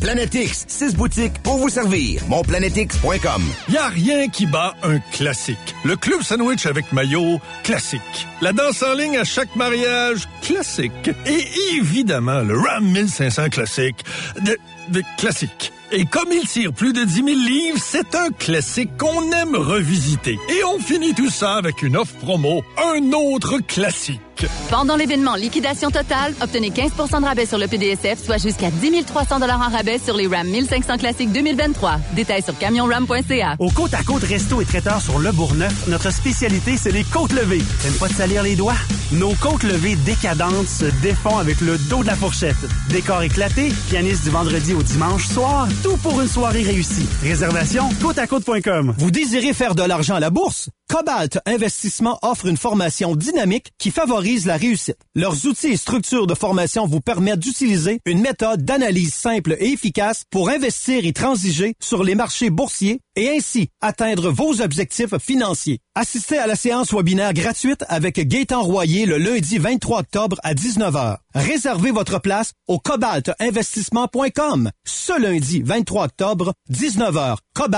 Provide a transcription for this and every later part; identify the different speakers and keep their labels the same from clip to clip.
Speaker 1: Planète X, 6 boutiques pour vous servir. Monplanetix.com.
Speaker 2: Y a rien qui bat un classique. Le club sandwich avec mayo, classique. La danse en ligne à chaque mariage, classique. Et évidemment, le Ram 1500 classique, de classique. Et comme il tire plus de 10 000 livres, c'est un classique qu'on aime revisiter. Et on finit tout ça avec une offre promo, un autre classique.
Speaker 3: Pendant l'événement Liquidation totale, obtenez 15 % de rabais sur le PDSF, soit jusqu'à 10 300 $ en rabais sur les Ram 1500 classiques 2023. Détails sur camionram.ca.
Speaker 4: Au Côte à Côte Resto et Traiteur sur Le Bourgneuf, notre spécialité, c'est les côtes levées. T'aimes pas de salir les doigts? Nos côtes levées décadentes se défont avec le dos de la fourchette. Décor éclaté, pianiste du vendredi au dimanche soir, tout pour une soirée réussie. Réservation, côteacôte.com.
Speaker 5: Vous désirez faire de l'argent à la bourse? Cobalt Investissement offre une formation dynamique qui favorise la réussite. Leurs outils et structures de formation vous permettent d'utiliser une méthode d'analyse simple et efficace pour investir et transiger sur les marchés boursiers et ainsi atteindre vos objectifs financiers. Assistez à la séance webinaire gratuite avec Gaëtan Royer le lundi 23 octobre à 19h. Réservez votre place au cobaltinvestissement.com. Ce lundi 23 octobre, 19h.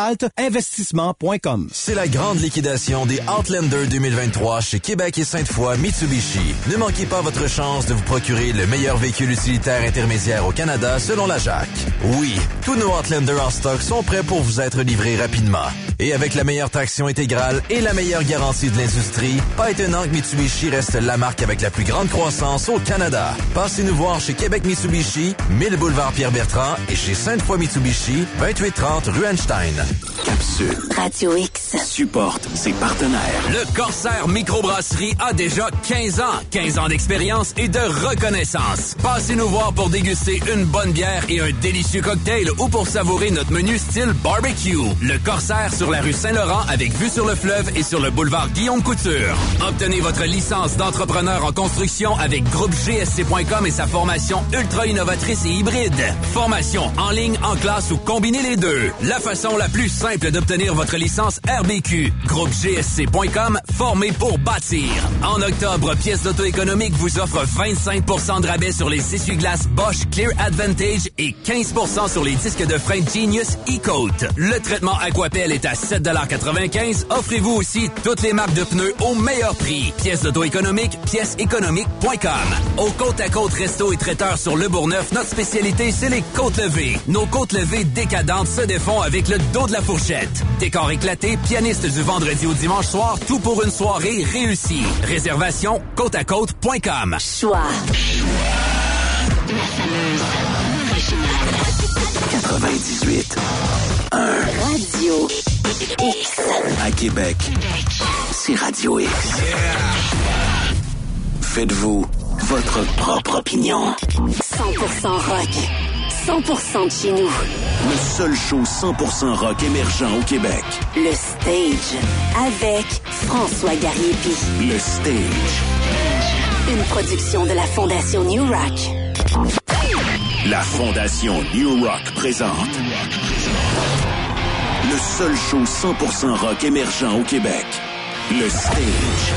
Speaker 5: cobaltinvestissement.com.
Speaker 6: C'est la grande liquidation des Outlander 2023 chez Québec et Sainte-Foy Mitsubishi. Ne manquez pas votre chance de vous procurer le meilleur véhicule utilitaire intermédiaire au Canada selon la JAC. Oui, tous nos Outlander en stock sont prêts pour vous être livrés rapidement. Et avec la meilleure traction intégrale et la meilleure garantie de l'industrie, pas étonnant que Mitsubishi reste la marque avec la plus grande croissance au Canada. Passez nous voir chez Québec Mitsubishi, 1000 boulevard Pierre-Bertrand et chez Sainte-Foy Mitsubishi, 2830 rue Einstein.
Speaker 7: Capsule.
Speaker 8: Radio X.
Speaker 7: Supporte ses partenaires.
Speaker 9: Le Corsair Microbrasserie a déjà 15 ans. 15 ans d'expérience et de reconnaissance. Passez nous voir pour déguster une bonne bière et un délicieux cocktail ou pour savourer notre menu style barbecue. Le Corsair sur la rue Saint-Laurent avec vue sur le fleuve et sur le boulevard Guillaume Couture. Obtenez votre licence d'entrepreneur en construction avec Groupe GSC.com et sa formation ultra innovatrice et hybride. Formation en ligne, en classe ou combinez les deux. La façon la plus simple d'obtenir votre licence RBQ. Groupe GSC.com, formé pour bâtir. En octobre, Pièces d'auto économique vous offre 25 % de rabais sur les essuie-glaces Bosch Clear Advantage et 15 % sur les disques de frein Genius E-Coat. Le traitement Aquapel est à 7,95 $. Offrez-vous aussi toutes les marques de pneus au meilleur prix. Pièces d'auto économique, pièceséconomique.com. Au Côte à Côte Resto et Traiteur sur Le Bourgneuf, notre spécialité, c'est les côtes levées. Nos côtes levées décadentes se défont avec le dos de la fourchette. Décor éclaté, pianiste du vendredi au dimanche soir, tout pour une soirée réussie. Réservation, côteacôte.com.
Speaker 8: Choix. La fameuse originale.
Speaker 7: 98. 1.
Speaker 8: Radio X.
Speaker 7: À Québec, c'est Radio X. Faites-vous votre propre opinion.
Speaker 8: 100% rock. 100% de chez nous.
Speaker 7: Le seul show 100% rock émergent au Québec.
Speaker 8: Le Stage. Avec François Garriépi.
Speaker 7: Le Stage.
Speaker 8: Une production de la Fondation New Rock.
Speaker 7: La Fondation New Rock présente le seul show 100% rock émergent au Québec. Le Stage.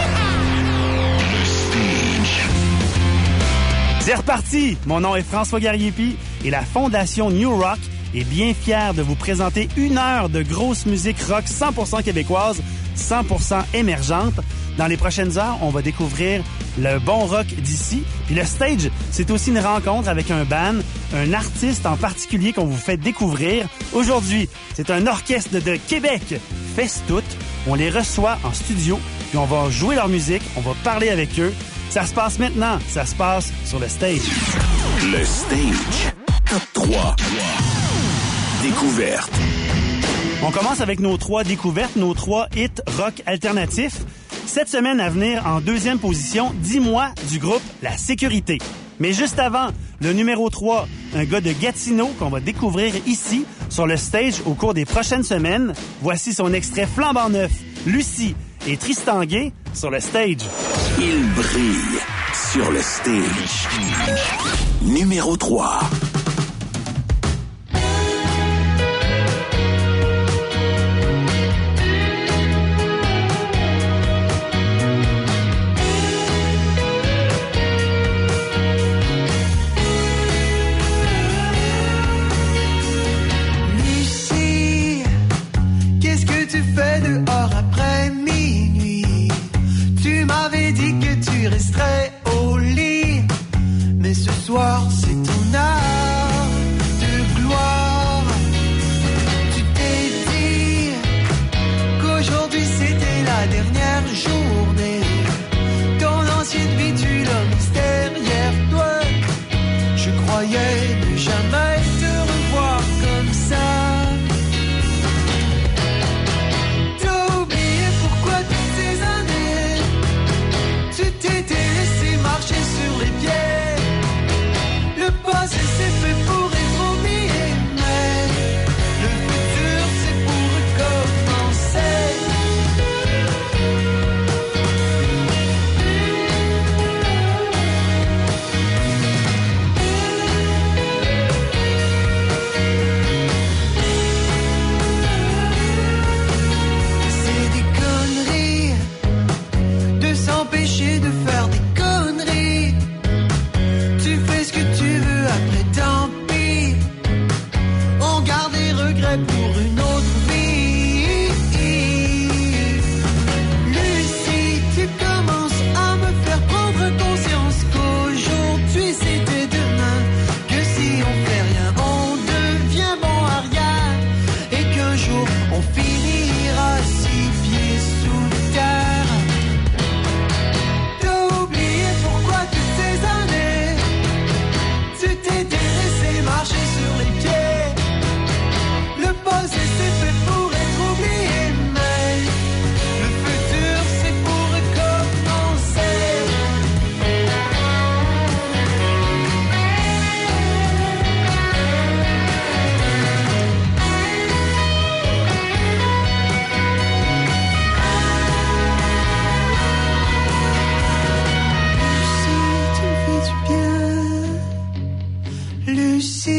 Speaker 4: C'est reparti! Mon nom est François Garriépi et la Fondation New Rock est bien fière de vous présenter une heure de grosse musique rock 100% québécoise, 100% émergente. Dans les prochaines heures, on va découvrir le bon rock d'ici. Puis le Stage, c'est aussi une rencontre avec un band, un artiste en particulier qu'on vous fait découvrir. Aujourd'hui, c'est un orchestre de Québec, Festoute. On les reçoit en studio, puis on va jouer leur musique, on va parler avec eux. Ça se passe maintenant, ça se passe sur le Stage.
Speaker 7: Le Stage. Top 3. Découverte.
Speaker 4: On commence avec nos 3 découvertes, nos 3 hits rock alternatifs. Cette semaine à venir, en deuxième position, 10 mois du groupe La Sécurité. Mais juste avant, le numéro 3, un gars de Gatineau qu'on va découvrir ici, sur le Stage, au cours des prochaines semaines. Voici son extrait flambant neuf, Lucie et Tristan Gay, sur le Stage.
Speaker 7: Il brille sur le Stage. Numéro 3.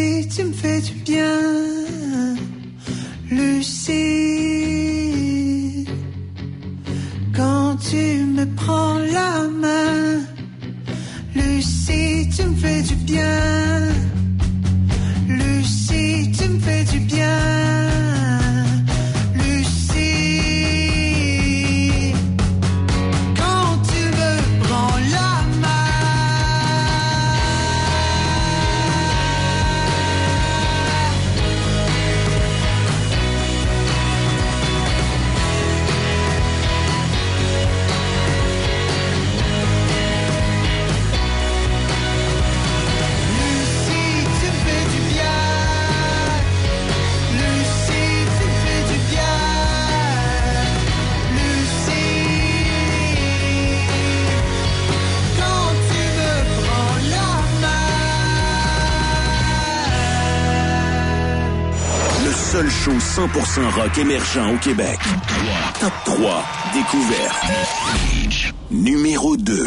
Speaker 10: Lucie, tu me fais du bien. Lucie, quand tu me prends la main. Lucie, tu me fais du bien. Lucie, tu me fais du bien. Lucie, quand tu me prends la main.
Speaker 7: Seul show 100% rock émergent au Québec. Top 3 découverte. Numéro 2.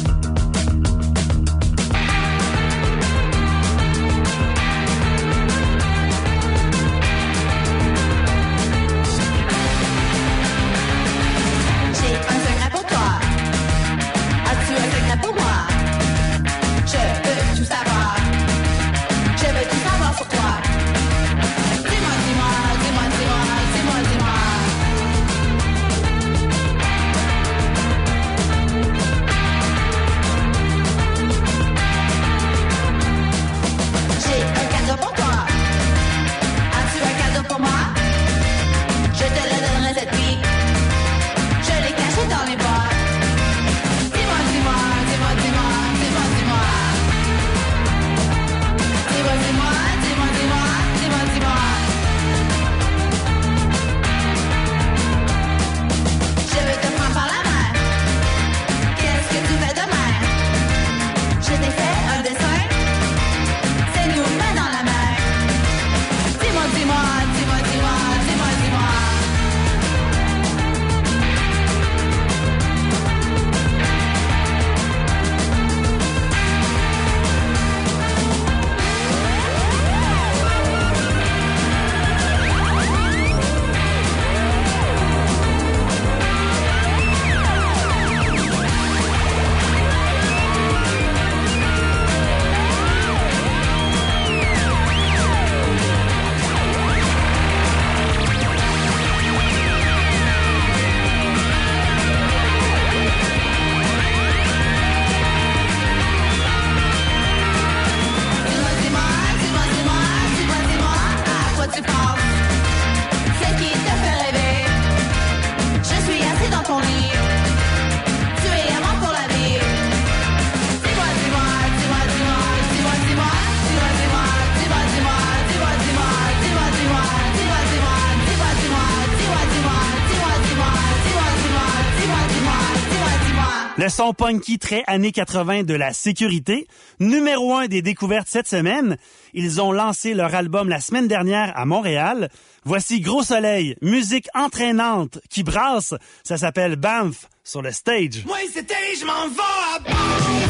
Speaker 4: Le son punky très années 80 de la sécurité. Numéro 1 des découvertes cette semaine. Ils ont lancé leur album la semaine dernière à Montréal. Voici Gros Soleil, musique entraînante qui brasse. Ça s'appelle Banff sur le stage.
Speaker 10: Moi c'était, je m'en vais à Banff.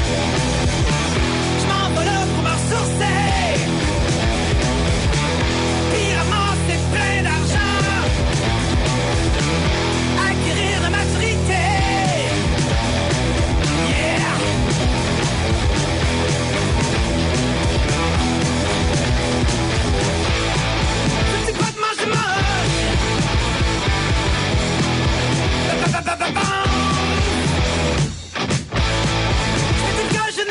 Speaker 10: Je m'en vais là pour me ressourcer. Puis ramasser plein d'argent. Acquérir la maturité. Je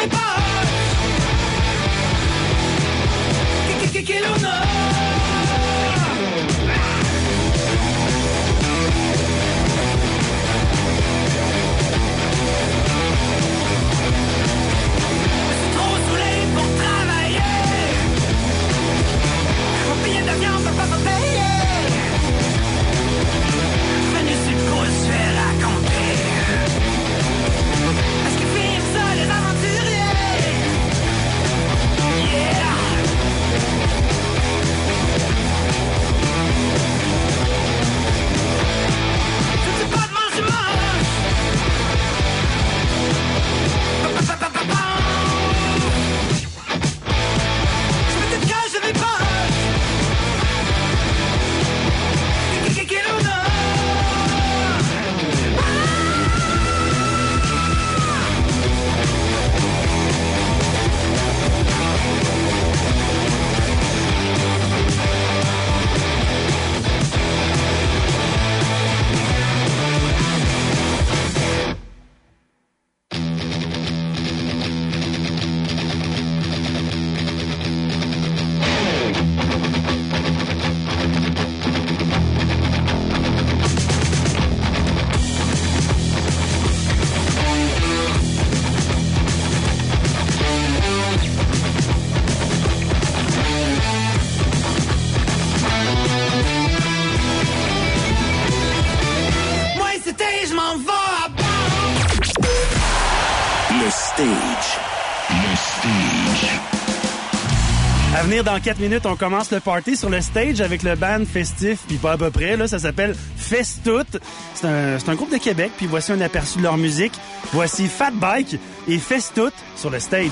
Speaker 7: Stage. Le Stage.
Speaker 4: À venir dans 4 minutes, on commence le party sur le stage avec le band festif, puis pas à peu près, là, ça s'appelle Festoot. C'est un groupe de Québec, puis voici un aperçu de leur musique. Voici Fat Bike et Festoot sur le stage.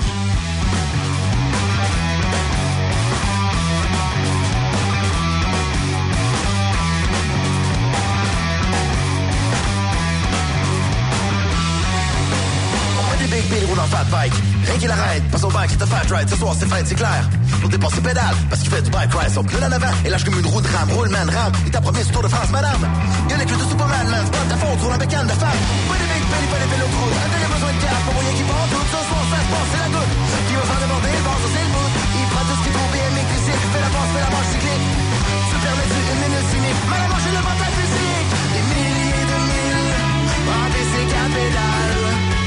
Speaker 11: Billy roule en fat bike, rien qui l'arrête, passe au bike, c'est un fat ride, ce soir c'est fête, c'est clair. Pour dépenser pédale, parce qu'il fait du bike ride, son pneu en avant, et lâche comme une roue de rame, roule man, rame, il t'a premier sur Tour de France, madame. Y'a les clés de Superman, man, c'est pas ta faute, roule en bécane de femme. Pas des big Billy, pas des vélos de route, un dernier besoin de cap, pour moyen qui part tout, ce soir ça se passe, c'est la goutte. Qui va faire déborder le vent, ça c'est le bout. Il prend tout ce qu'il trouve, BMX, cycle, fait la manche cyclique. Se permet-tu une minute cynique, mal à manger le mental physique. Des milliers de milles, en bicycle à pédale.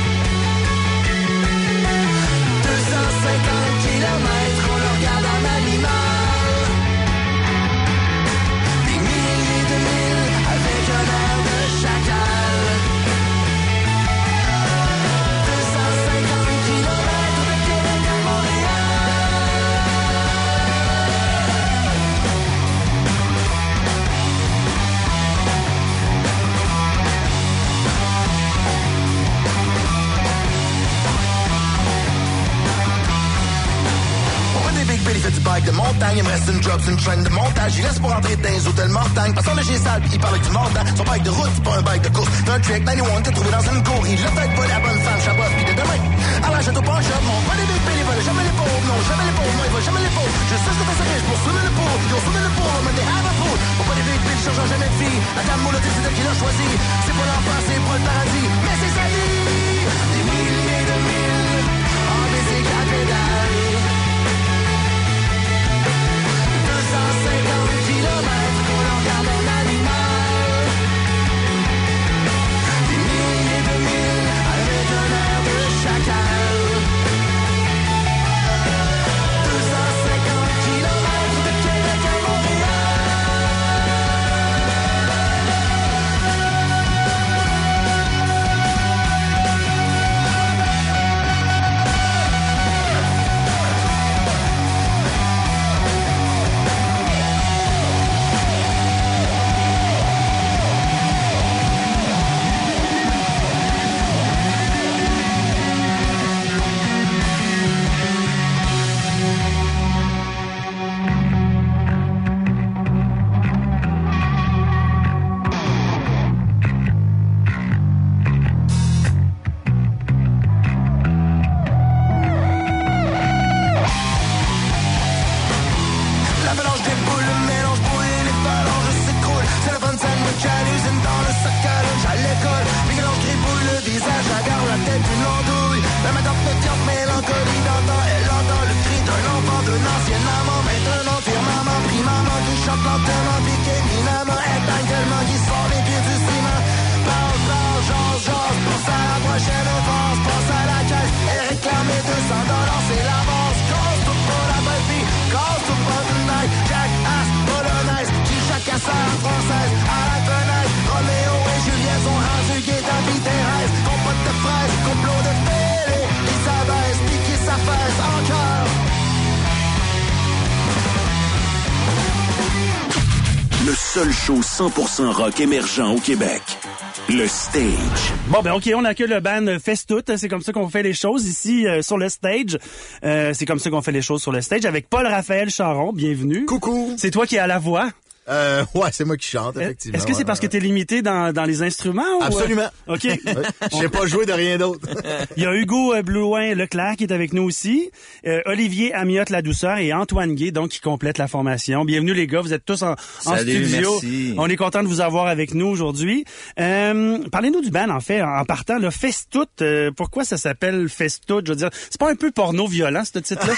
Speaker 11: 250 kilomètres, on le regarde en animal. Des milliers de milles avec un air de chacal. 250 kilomètres de Québec à Montréal. Il fait du bike de montagne, il me reste une drop, une traîne de montage. Il reste pour entrer dans les hôtels montagnes. Passons le G sale, il parle avec du mordant. Son bike de route, c'est pas un bike de course. C'est un trick 91 que trouvé dans une cour. Il a peut-être pas la bonne femme, chabotte, pis de demain. Alors j'attends pas un shop, mon pas des big Billy, il va jamais les pauvres. Non, jamais les pauvres, non, il va jamais les pauvres. Je sais ce que t'as riche pour soulever le pauvre. Ils ont soulevé le pauvre, mais des have a fool. Pour pas des big Billy, changeant jamais de fille. La dame moule, c'est elle qui l'a choisi. C'est pas l'enfant, c'est pas le paradis. Mais c'est sa vie. Des milliers de milles, en bicycle à pédale. 250 kilomètres qu'on le regarde en animal. Des milliers de milles avec un air de chacal. 250 kilomètres de Québec à
Speaker 7: Le seul show 100% rock émergent au Québec. Le Stage.
Speaker 4: Bon, ben OK, on accueille le band Festoot. C'est comme ça qu'on fait les choses ici sur le stage. C'est comme ça qu'on fait les choses sur le stage avec Paul-Raphaël Charon. Bienvenue.
Speaker 12: Coucou.
Speaker 4: C'est toi qui es à la voix.
Speaker 12: Ouais, c'est moi qui chante, effectivement.
Speaker 4: Est-ce que c'est parce que t'es limité dans les instruments?
Speaker 12: Absolument.
Speaker 4: Ou... OK.
Speaker 12: Je sais pas jouer de rien d'autre.
Speaker 4: Il y a Hugo Blouin-Leclerc qui est avec nous aussi, Olivier Amiotte-Ladouceur et Antoine Guay, donc, qui complètent la formation. Bienvenue, les gars. Vous êtes tous en studio.
Speaker 12: Merci.
Speaker 4: On est content de vous avoir avec nous aujourd'hui. Parlez-nous du band, en fait, en partant, là, Festoot. Pourquoi ça s'appelle Festoot? Je veux dire, c'est pas un peu porno-violent, ce titre-là?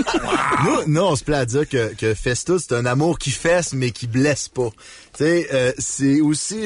Speaker 12: Nous, on se plaît à dire que Festoot, c'est un amour qui fesse, mais qui blesse pas. Tu sais, c'est aussi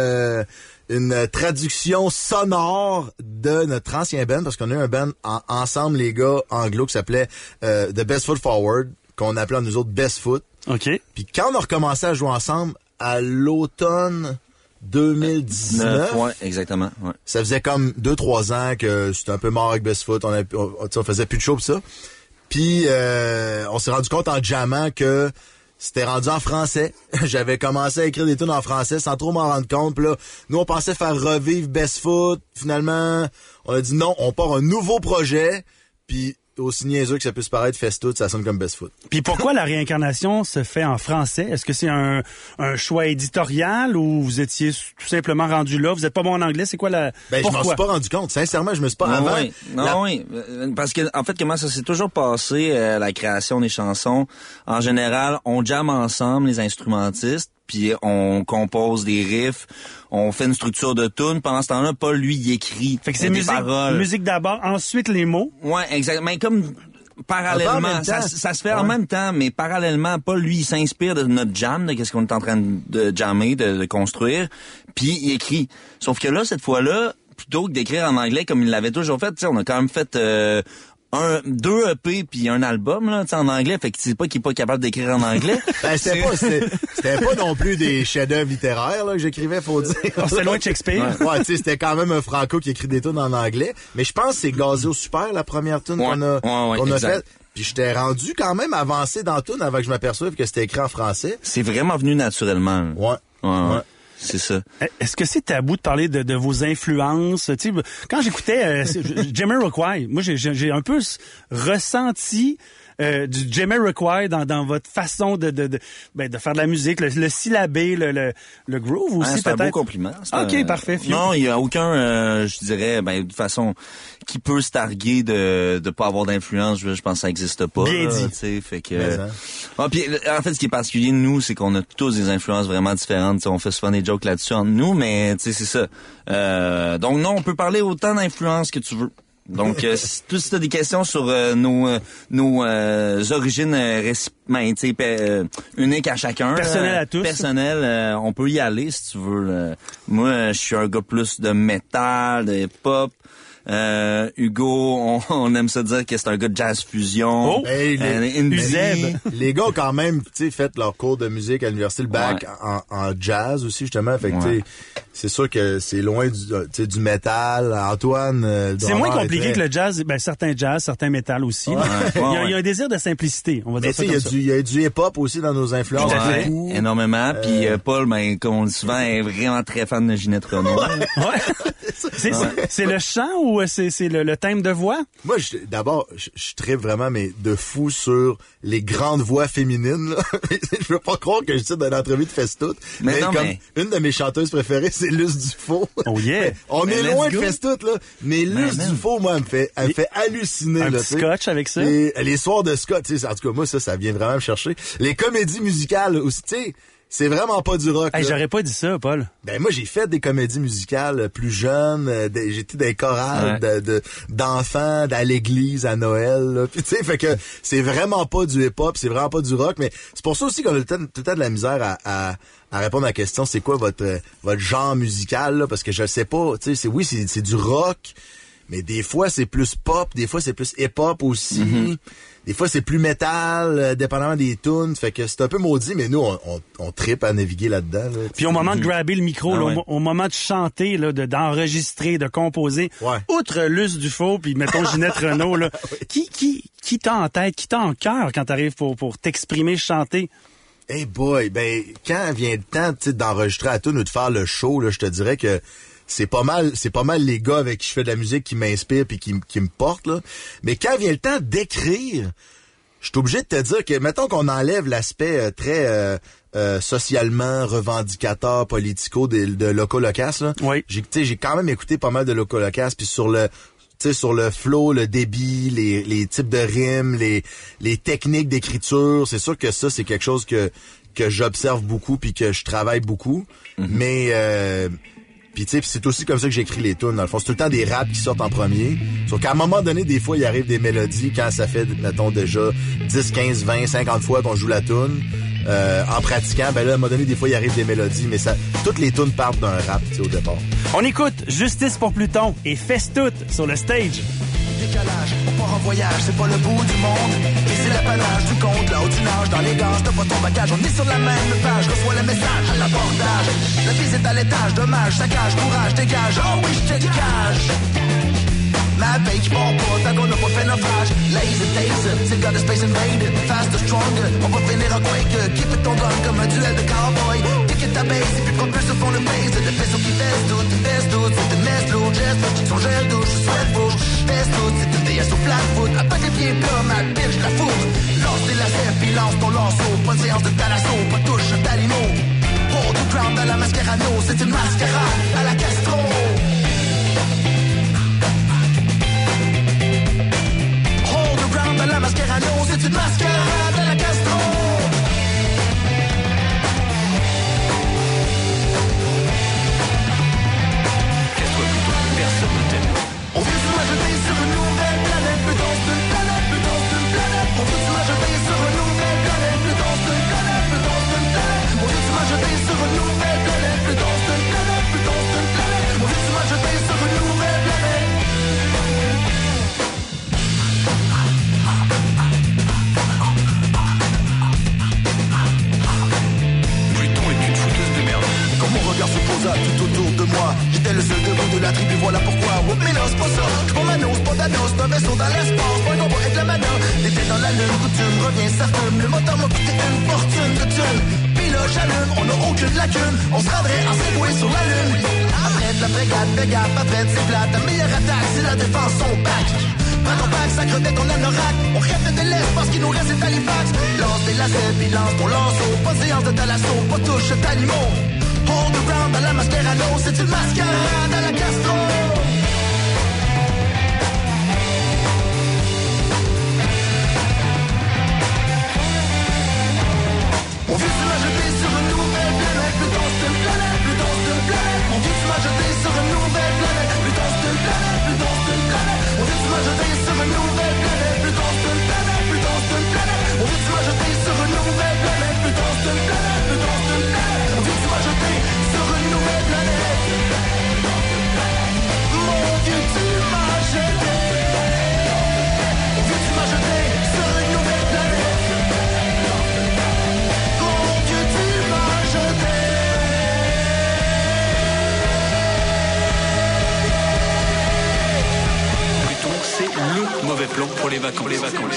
Speaker 12: une traduction sonore de notre ancien band, parce qu'on a eu un band ensemble, les gars, anglo, qui s'appelait The Best Foot Forward, qu'on appelait nous autres Best Foot.
Speaker 4: OK.
Speaker 12: Puis quand on a recommencé à jouer ensemble, à l'automne 2019.
Speaker 13: Ouais, exactement. Ouais.
Speaker 12: Ça faisait comme 2-3 ans que c'était un peu mort avec Best Foot. On faisait plus de show pis ça. Puis on s'est rendu compte en jammant que c'était rendu en français. J'avais commencé à écrire des tunes en français sans trop m'en rendre compte. Puis là, nous, on pensait faire revivre Best Foot. Finalement, on a dit non, on part un nouveau projet. Puis aussi niaiseux que ça puisse paraître, Festoot, ça sonne comme Best Foot.
Speaker 4: Puis pourquoi la réincarnation se fait en français? Est-ce que c'est un choix éditorial ou vous étiez tout simplement rendu là? Vous êtes pas bon en anglais? C'est quoi la...
Speaker 12: Je m'en suis pas rendu compte. Sincèrement, je me suis pas avant.
Speaker 13: Oui. Oui. Parce que, en fait, comment ça s'est toujours passé, la création des chansons? En général, on jamme ensemble, les instrumentistes, puis on compose des riffs, on fait une structure de tune. Pendant ce temps-là, Paul, lui, il écrit
Speaker 4: fait que c'est
Speaker 13: des paroles.
Speaker 4: Musique d'abord, ensuite les mots.
Speaker 13: Ouais, exactement. Mais comme parallèlement, ça se fait en même temps, mais parallèlement, Paul, lui, il s'inspire de notre jam, de qu'est-ce qu'on est en train de jammer, de construire, puis il écrit. Sauf que là, cette fois-là, plutôt que d'écrire en anglais comme il l'avait toujours fait, on a quand même fait... 2 EP puis un album là, en anglais, fait que c'est pas qu'il est pas capable d'écrire en anglais.
Speaker 12: C'était pas non plus des chefs-d'œuvre littéraires là que j'écrivais, faut dire.
Speaker 4: C'est loin de Shakespeare.
Speaker 12: Ouais, tu sais, c'était quand même un Franco qui écrit des tunes en anglais, mais je pense que c'est Gazé au Super la première tune qu'on a faite. Puis j'étais rendu quand même avancé dans la tune avant que je m'aperçoive que c'était écrit en français.
Speaker 13: C'est vraiment venu naturellement. Ouais. C'est ça.
Speaker 4: Est-ce que c'est tabou de parler de vos influences? Tu sais, quand j'écoutais Jamiroquai, moi j'ai un peu ressenti du Jamiroquai dans votre façon de faire de la musique, le syllabé, le groove aussi,
Speaker 13: c'est
Speaker 4: peut-être.
Speaker 13: un beau compliment.
Speaker 4: OK, parfait.
Speaker 13: Non, il y a aucun, je dirais, de façon qui peut se targuer de pas avoir d'influence. Je pense que ça existe pas.
Speaker 4: Bien dit.
Speaker 13: Tu sais, fait que. Puis en fait, ce qui est particulier de nous, c'est qu'on a tous des influences vraiment différentes. T'sais, on fait souvent des jokes là-dessus entre nous, mais tu sais, c'est ça. Donc non, on peut parler autant d'influence que tu veux. Donc, si tu as des questions sur nos origines uniques à chacun.
Speaker 4: Personnel à tous.
Speaker 13: Personnel, on peut y aller si tu veux. Moi, je suis un gars plus de métal, de hip-hop. Hugo, on aime se dire que c'est un gars de jazz fusion.
Speaker 12: Les gars ont quand même, tu sais, fait leur cours de musique à l'université, le bac en jazz aussi, justement. Fait que, tu sais, c'est sûr que c'est loin du métal. Antoine,
Speaker 4: c'est moins compliqué que le jazz. Certains jazz, certains métal aussi. Il y a un désir de simplicité, on va dire ça comme ça.
Speaker 12: Il y a du hip-hop aussi dans nos influences.
Speaker 13: Énormément. Puis Paul, comme on le dit souvent, est vraiment très fan de Ginette Renaud.
Speaker 4: C'est le chant ou c'est le thème de voix?
Speaker 12: Moi, je tripe vraiment, mais de fou sur les grandes voix féminines. Là. Je veux pas croire que je cite dans l'entrevue de Festoot. Mais une de mes chanteuses préférées, c'est Luce Dufault.
Speaker 4: Oh yeah!
Speaker 12: On est loin de Festoot, là. Mais Luce Dufault, moi, elle me fait halluciner.
Speaker 4: Un
Speaker 12: là,
Speaker 4: petit scotch avec ça?
Speaker 12: Les soirs de scotch, en tout cas, moi, ça vient vraiment me chercher. Les comédies musicales aussi, tu sais. C'est vraiment pas du rock.
Speaker 4: J'aurais pas dit ça, Paul.
Speaker 12: Moi, j'ai fait des comédies musicales plus jeunes. J'étais dans les chorales d'enfants, à l'église, à Noël. Là. Puis, tu sais, fait que c'est vraiment pas du hip-hop, c'est vraiment pas du rock. Mais c'est pour ça aussi qu'on a tout le temps de la misère à répondre à la question, c'est quoi votre genre musical, là? Parce que je le sais pas. Tu sais, c'est du rock, mais des fois, c'est plus pop, des fois, c'est plus hip-hop aussi. Mm-hmm. Des fois, c'est plus métal, dépendamment des tunes. Fait que c'est un peu maudit, mais nous, on trippe à naviguer là-dedans. Là.
Speaker 4: Puis au moment de grabber le micro, au moment de chanter, là, d'enregistrer, de composer, outre Luce Dufault, puis mettons Ginette Renaud, là, qui t'a en tête, qui t'a en cœur quand t'arrives pour t'exprimer, chanter?
Speaker 12: Hey boy, quand vient le temps d'enregistrer la tune ou de faire le show, là, je te dirais que c'est pas mal les gars avec qui je fais de la musique qui m'inspirent puis qui me portent, là. Mais quand vient le temps d'écrire, je suis obligé de te dire que, mettons qu'on enlève l'aspect très socialement revendicateur, politico de Loco Locas, là.
Speaker 4: Oui.
Speaker 12: J'ai quand même écouté pas mal de Loco Locas, puis sur le flow, le débit, les types de rimes, les techniques d'écriture, c'est sûr que ça, c'est quelque chose que j'observe beaucoup puis que je travaille beaucoup. Mm-hmm. Mais puis tu sais, c'est aussi comme ça que j'écris les tunes. Dans le fond, c'est tout le temps des raps qui sortent en premier. Sauf qu'à un moment donné, des fois, il arrive des mélodies quand ça fait, mettons, déjà 10, 15, 20, 50 fois qu'on joue la tune. En pratiquant, là, à un moment donné, des fois, il arrive des mélodies, mais toutes les tunes partent d'un rap, au départ.
Speaker 4: On écoute Justice pour Pluton et Festoot sur le stage.
Speaker 11: décalage, on part en voyage, c'est pas le bout du monde. Et c'est l'apanage du compte, là où tu nages dans les gages, t'as pas ton bagage, on est sur la même page, reçois le message à l'abordage. La visite à l'étage, dommage, saccage, courage, dégage, oh oui, je te dégage. Ma veille qui part pas, tant qu'on n'a pas fait naufrage. Lazy Tyson, c'est le gars de Space Invaded. Faster, stronger, on va finir en quake. Keep it ton gun comme un duel de cowboy. Ticket ta base, et puis qu'on peut se font le maze. Le vaisseau qui baisse tout, c'est une messe lourde. Geste, son gel douche, je souhaite bouche. Baisse tout, c'est une déesse au flat foot. Attaque les pieds plats, ma bitch, la foudre. Lance des lacets, puis lance ton lanceau. Pas de séance de talasso, pas de touche, d'alimo. Hold the ground à la mascarano, c'est une mascarade à la Castro. À la mascarano, c'est une mascarade à la Castro. Casse-toi plutôt, personne ne t'aime. On veut se m'ajouter sur une nouvelle planète, plus dense d'une planète, plus dense d'une planète. On veut se m'ajouter sur une nouvelle planète, plus dense d'une planète, plus dense d'une planète. On veut se m'ajouter sur une nouvelle planète, plus dense d'une planète, plus dense d'une planète. On veut se m'ajouter sur une nouvelle planète. Se posa tout autour de moi. J'étais le seul debout de la tribu, voilà pourquoi. Oh, mais non, c'est pas ça. J'prends ma nose, pas d'annonce, d'un vaisseau dans l'espace. Pas un combat avec la mana. L'été dans la lune, coutume, revient, ça fume. Le moteur m'a coûté une fortune de thunes. Puis là, j'allume, on n'a aucune lacune. On se rendrait en segway sur la lune. Après de la frégate, bégap, après c'est plate. La meilleure attaque, c'est la défense, son bac. Prends ton bac, sacre de ton anorak. On rêve de l'espace, qui nous reste c'est Halifax. Lance des lacets, puis lance ton lanceau. Pas de séance de talasso, pas touche d'animaux. Hold the ground à la mascarano, c'est une mascarade à la Castro. On vient se m'ajouter sur une nouvelle planète, plus dense d'une planète, plus dense d'une planète. On vient se m'ajouter sur une nouvelle planète, plus dense d'une planète, plus dense d'une planète. On vient se m'ajouter sur une nouvelle planète, plus dense d'une planète, plus dense d'une planète. On vient se m'ajouter sur une nouvelle planète, plus dense d'une planète, plus dense d'une planète. On vient se m'ajouter sur une nouvelle planète. Mon Dieu, tu m'as jeté. On vient se m'ajouter sur une nouvelle planète. Mon Dieu, tu m'as jeté.
Speaker 14: Plutôt, c'est le mauvais plan pour les vacances.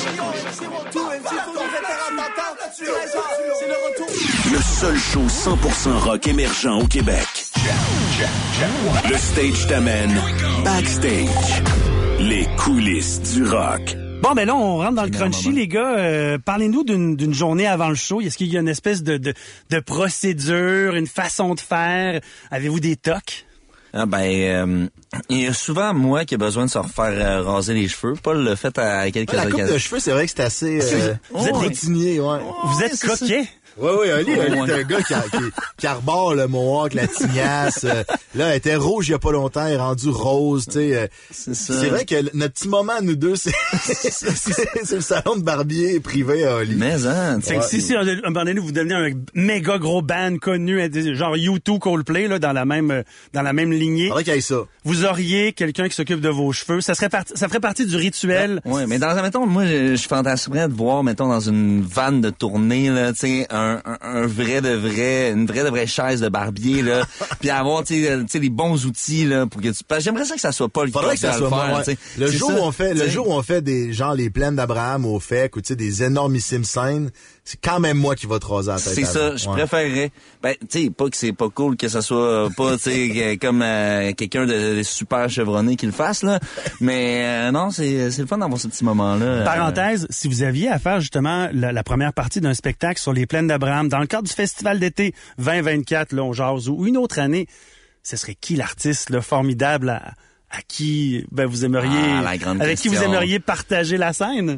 Speaker 7: Le seul show 100% rock émergent au Québec. Le stage t'amène backstage. Les coulisses du rock.
Speaker 4: Bon, ben là, on rentre dans le crunchy, les gars. Parlez-nous d'une journée avant le show. Est-ce qu'il y a une espèce de procédure, une façon de faire? Avez-vous des tocs?
Speaker 13: Ah il y a souvent moi qui ai besoin de se refaire raser les cheveux. Paul l'a fait à quelques occasions.
Speaker 12: La coupe de cheveux, c'est vrai que c'est assez vous êtes routinier, ouais.
Speaker 4: Vous êtes coquet.
Speaker 12: Oui, Ali est un gars qui arbore le mohawk, la tignasse. Là, elle était rouge il y a pas longtemps, elle est rendue rose, tu sais.
Speaker 13: C'est ça.
Speaker 12: C'est vrai que notre petit moment, nous deux, c'est le salon de barbier privé à Oli.
Speaker 13: Mais,
Speaker 4: c'est que si à un moment donné, vous devenez un méga gros band connu, genre U2, Coldplay, là, dans la même lignée.
Speaker 12: Faudrait qu'il y ait ça.
Speaker 4: Vous auriez quelqu'un qui s'occupe de vos cheveux. Ça ferait partie du rituel.
Speaker 13: Oui, mais mettons, moi, je fantasmerais de voir, mettons, dans une vanne de tournée, là, tu sais, une vraie de vraie chaise de barbier, là, puis avoir, tu sais, les bons outils, là, pour que tu, parce que j'aimerais ça que ça soit pas le
Speaker 12: faudrait que ça soit moi, ouais. Le jour où on fait des, genre, les plaines d'Abraham au FEC, ou tu sais, des énormissimes scènes, c'est quand même moi qui va te raser la tête.
Speaker 13: C'est ça, je préférerais. Ben, tu sais, pas que c'est pas cool que ça soit pas, tu sais, comme quelqu'un de super chevronné qui le fasse, là. Mais non, c'est le fun d'avoir ce petit moment-là.
Speaker 4: Parenthèse, si vous aviez à faire justement la première partie d'un spectacle sur les plaines d'Abraham dans le cadre du festival d'été 2024, là, on jase, ou une autre année, ce serait qui l'artiste là, formidable à qui vous aimeriez,
Speaker 13: la grande
Speaker 4: avec
Speaker 13: question.
Speaker 4: qui vous aimeriez partager la scène?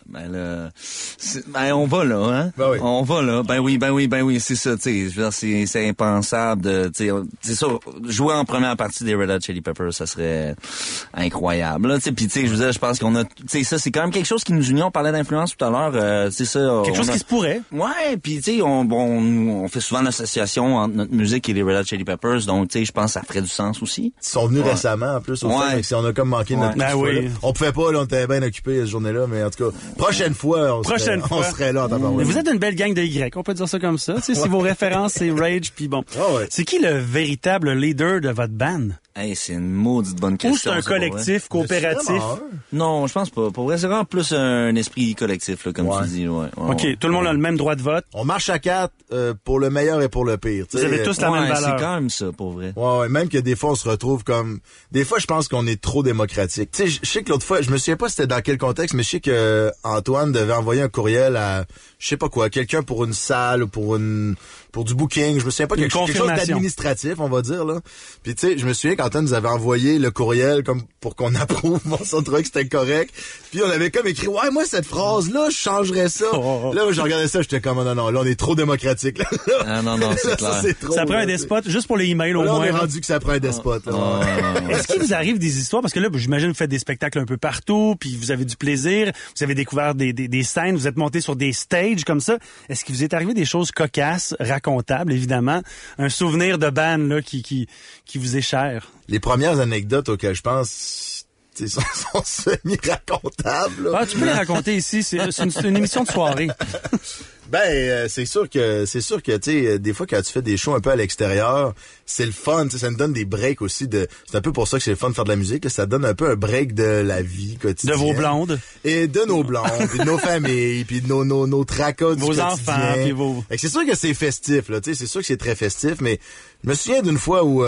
Speaker 13: Ben là, on va là, hein?
Speaker 12: Ben oui.
Speaker 13: On va là. Ben oui, c'est ça, tu sais. Je veux dire, c'est impensable de, tu sais, c'est ça. Jouer en première partie des Red Hot Chili Peppers, ça serait incroyable. Là, tu sais, puis tu sais, je veux dire, je pense qu'on a, tu sais, ça, c'est quand même quelque chose qui nous unit. On parlait d'influence tout à l'heure. C'est ça.
Speaker 4: Quelque chose qui se pourrait.
Speaker 13: Ouais, puis tu sais, on fait souvent l'association entre notre musique et les Red Hot Chili Peppers, donc tu sais, je pense que ça ferait du sens aussi.
Speaker 12: Ils sont venus récemment en plus. Si on a comme manqué notre
Speaker 4: ben oui.
Speaker 12: là. On pouvait pas, là, on était bien occupés cette journée-là, mais en tout cas, prochaine fois, on serait là en temps.
Speaker 4: Mais vous êtes une belle gang de Y, on peut dire ça comme ça. Tu sais, si vos références, c'est Rage, puis bon.
Speaker 12: Oh ouais.
Speaker 4: C'est qui le véritable leader de votre band?
Speaker 13: Hey, c'est une maudite bonne question.
Speaker 4: Ou c'est un collectif coopératif?
Speaker 13: Non, je pense pas. Pour vrai, c'est vraiment plus un esprit collectif, là, comme tu dis. Ouais.
Speaker 4: OK, tout le monde a le même droit de vote.
Speaker 12: On marche à 4 pour le meilleur et pour le pire.
Speaker 4: Vous avez tous la même valeur.
Speaker 13: C'est quand même ça, pour vrai.
Speaker 12: Ouais, même que des fois, on se retrouve comme... Des fois, je pense qu'on est trop démocratique. Tu sais, je sais que l'autre fois, je me souviens pas c'était dans quel contexte, mais je sais que Antoine devait envoyer un courriel à, je sais pas quoi, quelqu'un pour une salle ou pour du booking, je me souviens pas, quelque chose d'administratif, on va dire, là. Puis tu sais, je me souviens qu'Antoine nous avait envoyé le courriel comme pour qu'on approuve son truc, c'était correct. Puis on avait comme écrit, ouais, moi, cette phrase-là, je changerais ça. Là, moi, je regardais ça, j'étais comme, non, là, on est trop démocratique, là.
Speaker 13: Ah non, c'est clair.
Speaker 4: Ça prend un despote, juste pour les emails, au moins.
Speaker 12: On est rendu que ça prend un despote, là.
Speaker 4: Est-ce qu'il vous arrive des histoires? Parce que là, j'imagine, vous faites des spectacles un peu partout, puis vous avez du plaisir, vous avez découvert des scènes, vous êtes monté sur des stages comme ça. Est-ce qu'il vous est arrivé des choses cocasses, racontables, évidemment? Un souvenir de band, là, qui vous est cher?
Speaker 12: Les premières anecdotes auxquelles je pense, sont semi-racontables.
Speaker 4: Ah, tu peux les raconter ici, c'est une émission de soirée.
Speaker 12: C'est sûr que tu sais, des fois quand tu fais des shows un peu à l'extérieur, c'est le fun, ça nous donne des breaks aussi c'est un peu pour ça que c'est le fun de faire de la musique, là, ça donne un peu un break de la vie quotidienne.
Speaker 4: De vos blondes.
Speaker 12: Et de nos blondes, puis de nos familles, puis de nos tracas du quotidien.
Speaker 4: Vos enfants, puis vos...
Speaker 12: C'est sûr que c'est festif, là, tu sais, c'est sûr que c'est très festif, mais je me souviens d'une fois où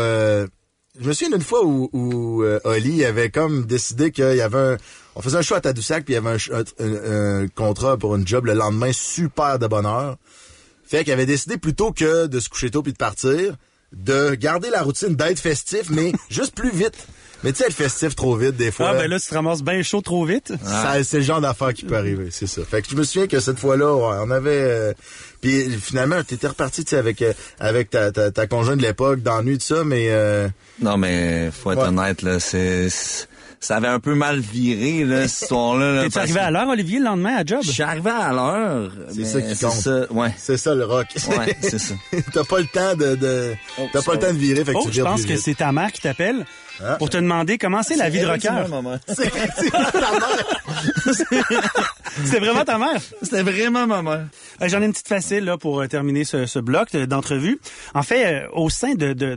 Speaker 12: Oli avait comme décidé qu'il y avait on faisait un show à Tadoussac, puis il y avait un contrat pour une job le lendemain, super de bonne heure. Fait qu'il avait décidé, plutôt que de se coucher tôt puis de partir, de garder la routine d'être festif, mais juste plus vite. Mais tu sais, être festif trop vite, des fois...
Speaker 4: Ah, ben là, tu te ramasses bien chaud trop vite.
Speaker 12: C'est le genre d'affaire qui peut arriver, c'est ça. Fait que je me souviens que cette fois-là, on avait... Puis finalement, t'étais reparti, tu sais, avec ta conjointe de l'époque, d'ennui, tout ça, mais...
Speaker 13: Non, mais faut être honnête, là, ça avait un peu mal viré, là, cette histoire-là.
Speaker 4: T'es-tu arrivé à l'heure, Olivier, le lendemain, à job?
Speaker 13: Je suis arrivé à l'heure.
Speaker 12: C'est ça qui compte. C'est ça, le rock.
Speaker 13: Ouais, c'est ça.
Speaker 12: T'as pas le temps t'as pas le temps de virer, fait que tu
Speaker 4: je pense que c'est ta mère qui t'appelle pour te demander comment c'est la vie de rocker.
Speaker 12: C'est effectivement ta mère.
Speaker 4: C'était vraiment ta mère?
Speaker 13: C'était vraiment ma mère.
Speaker 4: J'en ai une petite facile, là, pour terminer ce bloc d'entrevue. En fait, au sein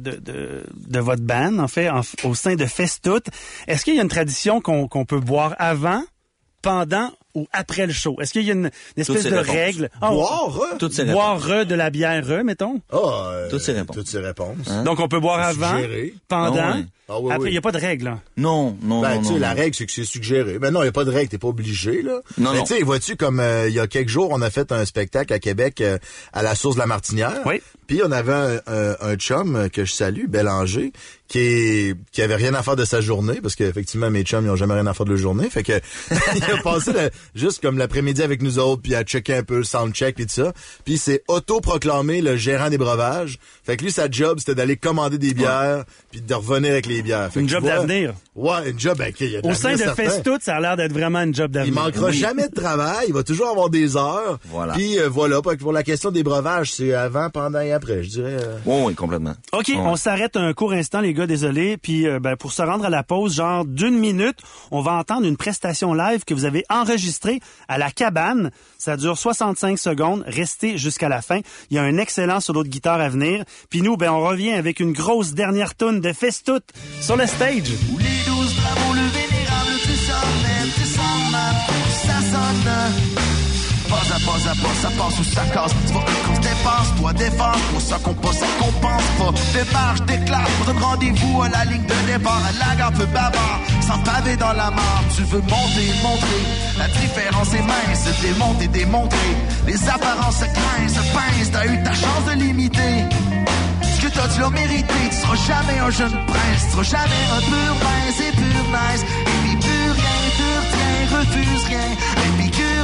Speaker 4: de votre band, en fait, au sein de Festoot, est-ce qu'il y a une tradition qu'on peut boire avant, pendant ou après le show? Est-ce qu'il y a une espèce de règle?
Speaker 12: Boire
Speaker 4: de la bière, mettons?
Speaker 12: Toutes ces réponses.
Speaker 4: Hein? Donc, on peut boire avant, pendant... Après, il n'y a pas de règle, là.
Speaker 12: Non. La règle, c'est que c'est suggéré. Mais non, il n'y a pas de règle, t'es pas obligé, là.
Speaker 13: Non.
Speaker 12: Tu sais, vois-tu, comme il y a quelques jours, on a fait un spectacle à Québec à la Source de la Martinière.
Speaker 4: Oui.
Speaker 12: Puis on avait un chum que je salue, Bélanger, qui avait rien à faire de sa journée, parce qu'effectivement, mes chums, ils ont jamais rien à faire de leur journée. Fait que il a passé juste comme l'après-midi avec nous autres, puis à checker un peu le soundcheck et tout ça. Puis c'est autoproclamé le gérant des breuvages. Fait que lui, sa job, c'était d'aller commander des bières, puis de revenir avec les bières. Fait
Speaker 4: une job d'avenir.
Speaker 12: Ouais, une job, il y a de
Speaker 4: au sein de Festoot, ça a l'air d'être vraiment une job d'avenir.
Speaker 12: Il manquera jamais de travail, il va toujours avoir des heures.
Speaker 13: Voilà.
Speaker 12: Puis voilà, pour la question des breuvages, c'est avant, pendant et après, je dirais.
Speaker 13: Oui, complètement.
Speaker 4: OK, on s'arrête un court instant, les gars, désolé. Puis pour se rendre à la pause, genre d'1 minute, on va entendre une prestation live que vous avez enregistrée à la cabane. Ça dure 65 secondes. Restez jusqu'à la fin. Il y a un excellent solo de guitare à venir. Puis nous, on revient avec une grosse dernière toune de Festoot sur le stage.
Speaker 10: Où les 12 bravos, le vénérable, tu sens mal, ça sonne. Pas à pas, ça passe ou ça casse. Tu vas qu'on se dépense, toi défense. Pour ça qu'on passe, ça qu'on pense pas. Démarche, déclare, on donne rendez-vous à la ligne de départ. À la gare, peu bavard, sans pavé dans la mare. Tu veux monter, montrer. La différence est mince, démonter, démontrer. Les apparences se craignent, se pincent. T'as eu ta chance de limiter. Ce que toi tu l'as mérité. Tu seras jamais un jeune prince. Tu seras jamais un pur mince et pur nice. Et puis plus rien, refuse rien. Épicurien,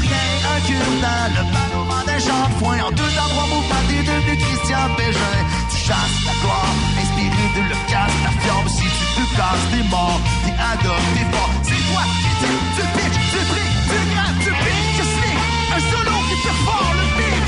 Speaker 10: chien, un cure-dent, le panorama d'un champ de foin. En 2 temps, 3 mouvements, t'es devenu Christian Bégin. Tu chasses la gloire, inspiré de le casse, la fiable. Si tu te casses, t'es mort, t'es adopte, t'es fort. C'est toi qui dis, tu pitches, tu briques, tu grattes, tu piques, tu slick. Un solo qui perfore le mix.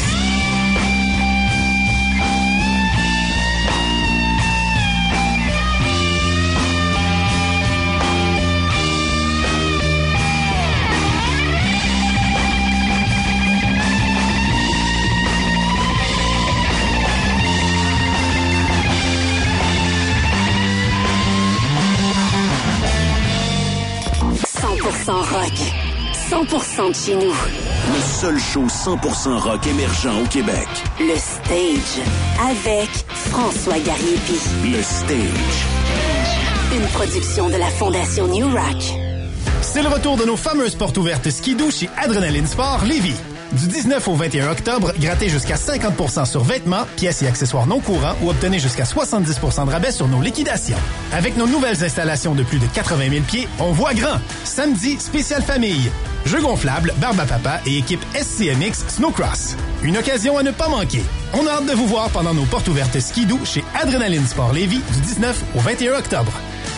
Speaker 8: Rock. 100% de chez nous.
Speaker 7: Le seul show 100% rock émergent au Québec.
Speaker 8: Le Stage. Avec François Gariepi.
Speaker 7: Le Stage.
Speaker 8: Une production de la Fondation New Rock.
Speaker 15: C'est le retour de nos fameuses portes ouvertes Skidoo chez Adrenaline Sport Lévis. Du 19 au 21 octobre, grattez jusqu'à 50% sur vêtements, pièces et accessoires non courants ou obtenez jusqu'à 70% de rabais sur nos liquidations. Avec nos nouvelles installations de plus de 80 000 pieds, on voit grand. Samedi, spécial famille. Jeux gonflables, barbe à papa et équipe SCMX Snowcross. Une occasion à ne pas manquer. On a hâte de vous voir pendant nos portes ouvertes Skidoo chez Adrenaline Sport Lévis du 19 au 21 octobre.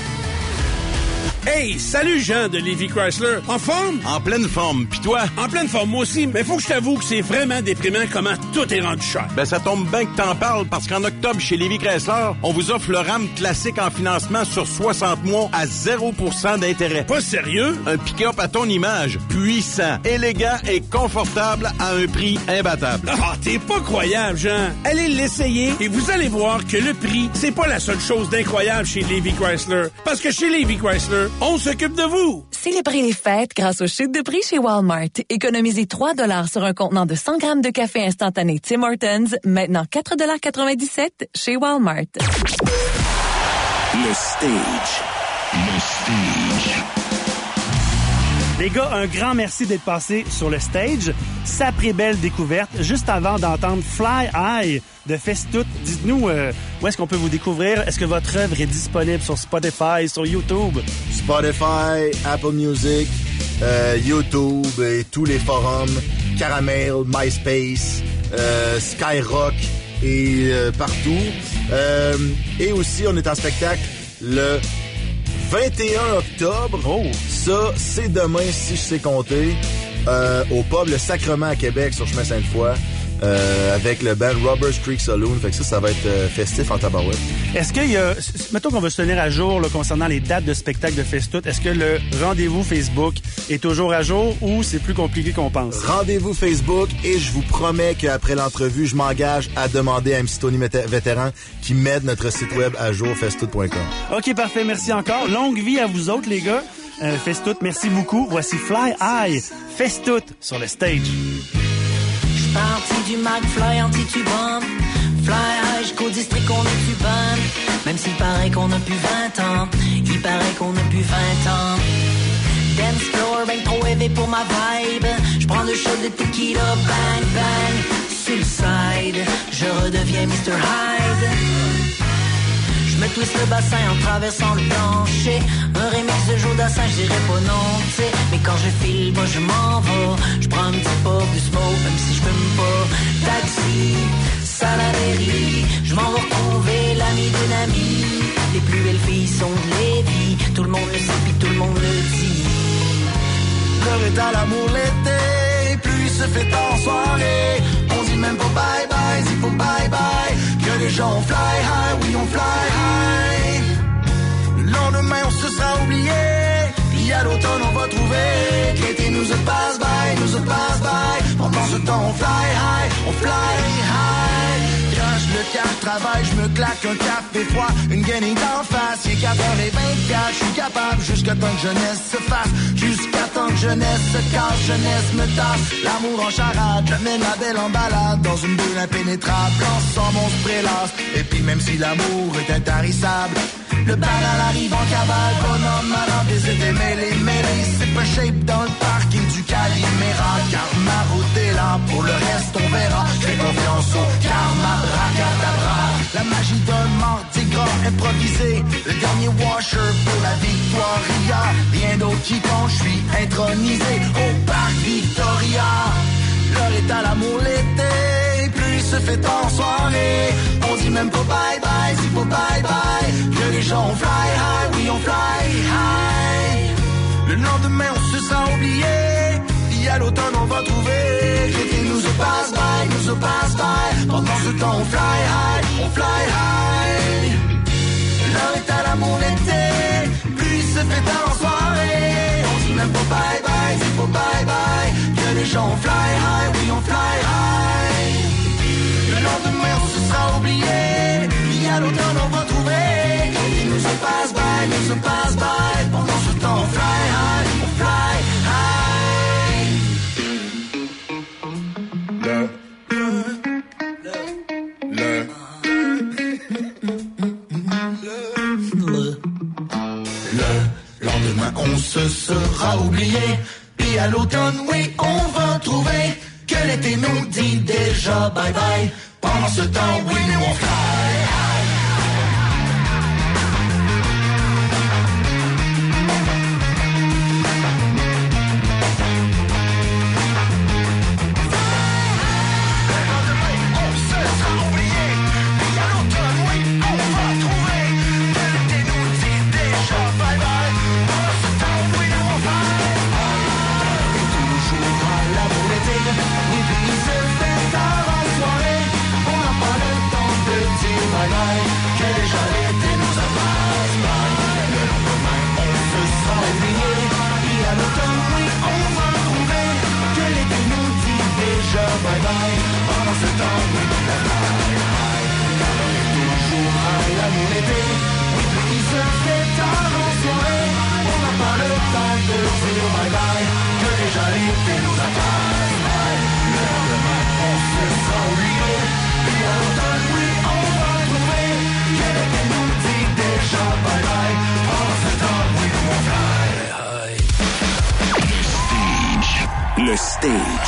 Speaker 16: Hey, salut Jean de Lévis Chrysler. En forme?
Speaker 17: En pleine forme. Pis toi?
Speaker 16: En pleine forme, moi aussi. Mais faut que je t'avoue que c'est vraiment déprimant comment tout est rendu cher.
Speaker 17: Ben, ça tombe bien que t'en parles parce qu'en octobre, chez Lévis Chrysler, on vous offre le RAM classique en financement sur 60 mois à 0% d'intérêt.
Speaker 16: Pas sérieux?
Speaker 17: Un pick-up à ton image. Puissant, élégant et confortable à un prix imbattable.
Speaker 16: Ah, t'es pas croyable, Jean. Allez l'essayer et vous allez voir que le prix, c'est pas la seule chose d'incroyable chez Lévis Chrysler. Parce que chez Lévis Chrysler, on s'occupe de vous!
Speaker 18: Célébrez les fêtes grâce aux chutes de prix chez Walmart. Économisez 3 $ sur un contenant de 100 grammes de café instantané Tim Hortons, maintenant 4,97 $ chez Walmart.
Speaker 7: Le Stage. Le Stage.
Speaker 4: Les gars, un grand merci d'être passés sur le Stage. Sacrée belle découverte. Juste avant d'entendre Fly High de Festoute, dites-nous où est-ce qu'on peut vous découvrir? Est-ce que votre œuvre est disponible sur Spotify, sur YouTube?
Speaker 12: Spotify, Apple Music, YouTube et tous les forums, Caramel, MySpace, Skyrock et partout. Et aussi, on est en spectacle le 21 octobre.
Speaker 4: Oh.
Speaker 12: Ça, c'est demain, si je sais compter, au pub Le Sacrement à Québec, sur Chemin Sainte-Foy, avec le band Robbers Creek Saloon. Fait que ça va être festif en tabarouette.
Speaker 4: Est-ce qu'il y a... Mettons qu'on va se tenir à jour là, concernant les dates de spectacle de Festoute. Est-ce que le rendez-vous Facebook est toujours à jour ou c'est plus compliqué qu'on pense?
Speaker 12: Rendez-vous Facebook et je vous promets qu'après l'entrevue, je m'engage à demander à MC Tony Vétéran qui mette notre site web à jour, festoute.com.
Speaker 4: OK, parfait. Merci encore. Longue vie à vous autres, les gars. Festoute, merci beaucoup. Voici Fly High, Festoute sur le Stage.
Speaker 19: Parti du McFly anti-tubum. Fly high jusqu'au district on est plus bonne. Même s'il paraît qu'on a plus 20 ans. Il paraît qu'on a plus 20 ans. Dance floor, ben trop élevé pour ma vibe. J'prends 2 shots de tequila, bang bang. Sur le side, je redeviens Mr. Hyde. Je me twiste le bassin en traversant le plancher. Un remix de Joe Dassin, je dirais pas non, t'sais. Mais quand je file, moi je m'en vais. Je prends un petit pop de smoke, même si je fume pas. Taxi, Salaberry, je m'en vais retrouver l'ami d'une amie. Les plus belles filles sont de Lévis. Tout le monde le sait, puis tout le monde le dit.
Speaker 10: L'heure est à l'amour l'été, plus il se fait en soirée. On dit même pas bye bye, il faut bye bye. Que les gens fly high, oui on fly high. Le lendemain on se sera oublié. Puis à l'automne on va trouver que l'été nous a passe by, nous a passe by. Pendant ce temps on fly high, on fly high. Crache le cap, travail, je me claque un café froid, une guenille d'en face. Il est 4h24, je suis capable jusqu'à temps que jeunesse se fasse. Jusqu'à temps que jeunesse se casse, jeunesse me tasse. L'amour en charade, j'amène la belle en balade. Dans une bulle impénétrable, ensemble on se prélasse. Et puis même si l'amour est intarissable, le banal arrive en cavale. Bonhomme, malin, des étés mêlés, c'est pas shape dans le parking du Calimera. Car ma route est là, pour le reste on verra. Fais confiance au karma, bracadabra. La magie d'un mardi gras improvisé. Le dernier washer pour la victoire. Rien d'autre qui compte, je suis intronisé au parc Victoria. l'amour l'été, plus il se fait en soirée. On dit même pas bye bye, c'est pas bye bye. Que les gens on fly high, oui on fly high. Le lendemain on se sent oublié. Puis à l'automne on va trouver. L'été nous a passe by, nous a passe by. Pendant ce temps on fly high, on fly high. L'heure est à l'amour l'été, plus il se fait tard en soirée. On dit même pas bye bye, c'est pas bye bye. Que les gens on fly high, oui on fly high. Le lendemain on se sera oublié. Puis à l'automne on va trouver. L'été nous a passe by, nous a passe by. Pendant ce temps on fly high, on fly high. Le lendemain on se sera oublié. Puis à l'automne oui on va trouver. Que l'été nous dit déjà bye bye. Pendant ce temps oui nous on fly high. Bye bye, pendant ce temps, oui, la fly high. Car on est toujours à l'amour l'été. Oui, puis il se fait tard en soirée. On n'a pas le temps de dire bye bye. Que déjà l'été nous passe by. Le lendemain, on se sera oublié. Puis à l'automne, oui, on va trouver. Que l'été nous dit déjà bye bye. Pendant ce temps, oui, on fly high.
Speaker 7: Le stage.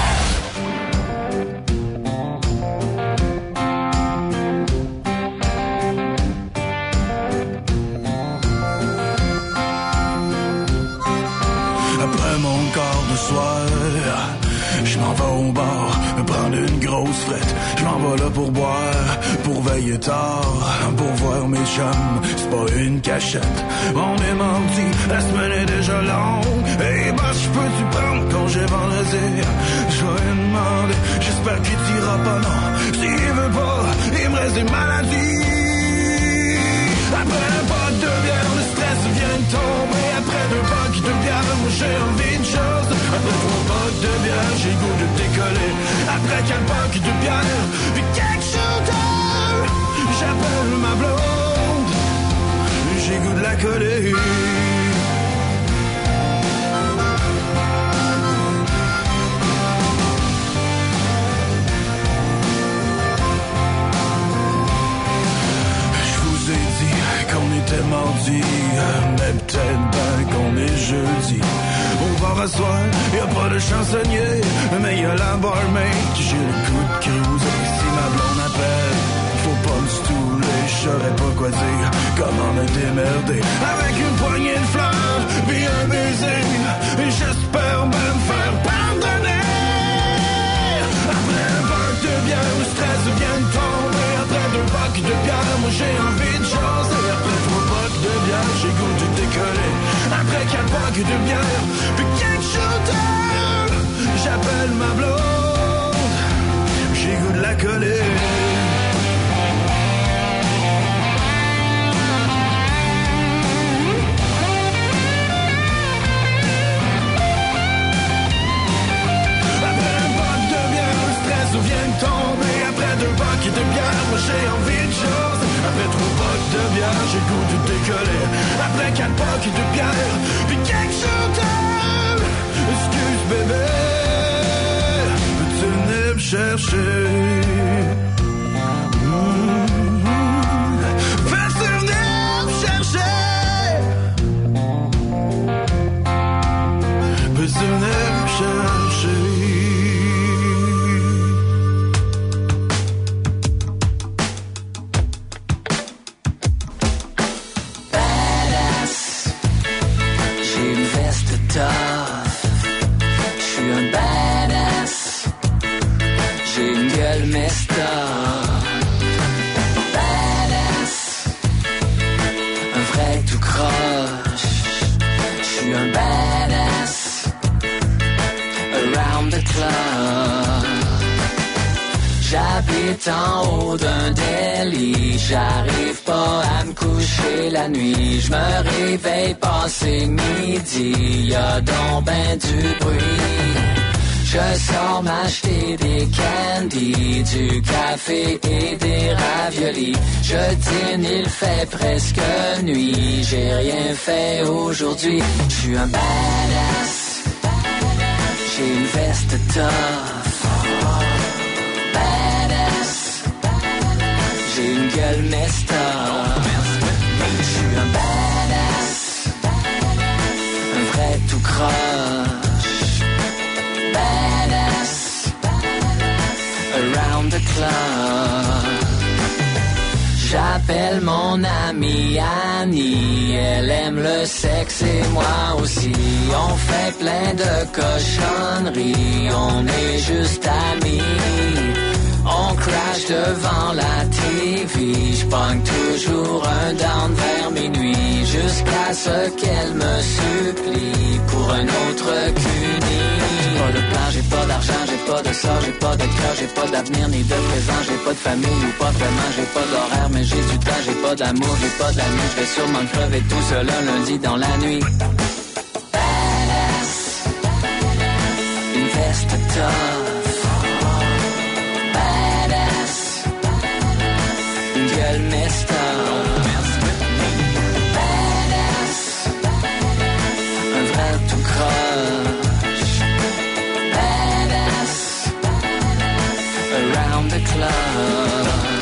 Speaker 10: Je m'en vais au bar, me prendre une grosse frette. Je m'en vais là pour boire, pour veiller tard, pour voir mes chums, c'est pas une cachette. On est mardi, la semaine est déjà longue. Hey boss, je peux-tu prendre congé vendredi? Je vais lui demander, j'espère qu'il dira pas non. S'il veut pas, il me reste des maladies. Après un pot de bière, le stress vient de tomber. Après 2 pocs de bière, moi j'ai envie de chose. Après 3 pocs de bière, j'ai le goût de décoller. Après 4 pocs de bière, puis quelque chose d'autre. J'appelle ma blonde, j'ai le goût de la coller. Qu'on était mardi, mais peut-être bien qu'on est jeudi. On va rasseoir, y'a pas de chansonnier, mais y'a la barmaid qui j'ai le coup de cruiser. Si ma blonde appelle, faut pas me stouler, j'saurais pas quoi dire, comment me démerder. Avec une poignée de fleurs, puis un baiser, et j'espère même faire pardonner. Après un verre de bière, le stress vient de tomber. Après 2 pocs de bière, moi j'ai envie de jaser. Après 3 pocs de bière, j'ai goût de décoller. Après 4 pocs de bière, puis quelque chose d'autre. J'appelle ma blonde, j'ai goût de la coller. Vient de tomber. Après 2 pocs de bière, moi j'ai envie de chose. Après 3 pocs de bière, j'ai le goût de décoller. Après 4 pocs de bière, puis quelque chose d'autre. Excuse bébé, peux-tu venir me chercher? Peux-tu venir me chercher? Peux-tu venir me chercher?
Speaker 19: club. J'habite en haut d'un délit, j'arrive pas à me coucher la nuit. Je me réveille passé midi, y'a donc ben du bruit. Je sors m'acheter des candies, du café et des raviolis. Je dîne, il fait presque nuit, j'ai rien fait aujourd'hui. Je suis un badass, j'ai une veste tough. Badass, j'ai une gueule messed up. Je suis un badass, un vrai tout croche. Badass, around the clock. J'appelle mon amie Annie, elle aime le sexe et moi aussi. On fait plein de cochonneries, on est juste amis. On crash devant la TV, j'pogne toujours un down vers minuit, jusqu'à ce qu'elle me supplie pour un autre cuni. J'ai pas de plan, j'ai pas d'argent, j'ai pas de sort, j'ai pas de cœur, j'ai pas d'avenir ni de présent, j'ai pas de famille ou pas vraiment, j'ai pas d'horaire, mais j'ai du temps, j'ai pas d'amour, j'ai pas d'amis, je vais sûrement crever tout seul un lundi dans la nuit. Badass, une veste tough. Badass, une gueule messed up. Badass, un vrai tout croche. Badass, around the clock.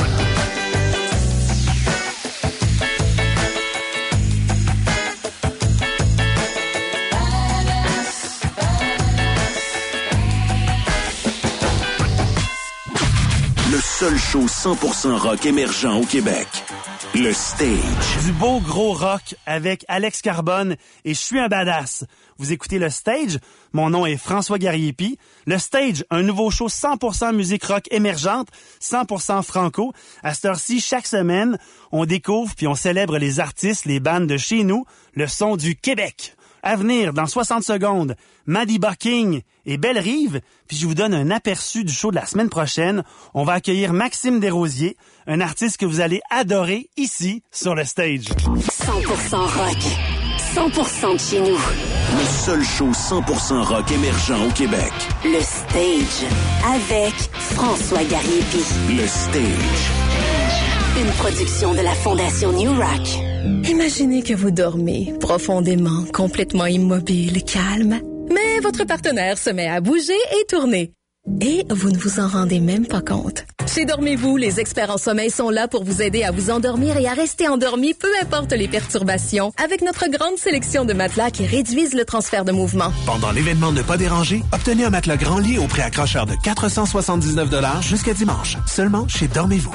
Speaker 7: Le seul show 100% rock émergent au Québec. Le Stage.
Speaker 4: Du beau gros rock avec Alex Carbone et Je suis un badass. Vous écoutez Le Stage. Mon nom est François Gariepi. Le Stage, un nouveau show 100% musique rock émergente, 100% franco. À cette heure-ci, chaque semaine, on découvre puis on célèbre les artistes, les bandes de chez nous, le son du Québec. À venir, dans 60 secondes, Maddie Bucking et Belle Rive, puis je vous donne un aperçu du show de la semaine prochaine. On va accueillir Maxime Desrosiers, un artiste que vous allez adorer ici, sur Le Stage.
Speaker 8: 100% rock, 100% de chez nous.
Speaker 7: Le seul show 100% rock émergent au Québec.
Speaker 8: Le Stage, avec François Gariepi.
Speaker 7: Le Stage.
Speaker 8: Une production de la Fondation New Rock.
Speaker 18: Imaginez que vous dormez profondément, complètement immobile, calme, mais votre partenaire se met à bouger et tourner. Et vous ne vous en rendez même pas compte. Chez Dormez-vous, les experts en sommeil sont là pour vous aider à vous endormir et à rester endormi, peu importe les perturbations, avec notre grande sélection de matelas qui réduisent le transfert de mouvement.
Speaker 20: Pendant l'événement Ne pas déranger, obtenez un matelas grand lit au prix accrocheur de 479 $ jusqu'à dimanche, seulement chez Dormez-vous.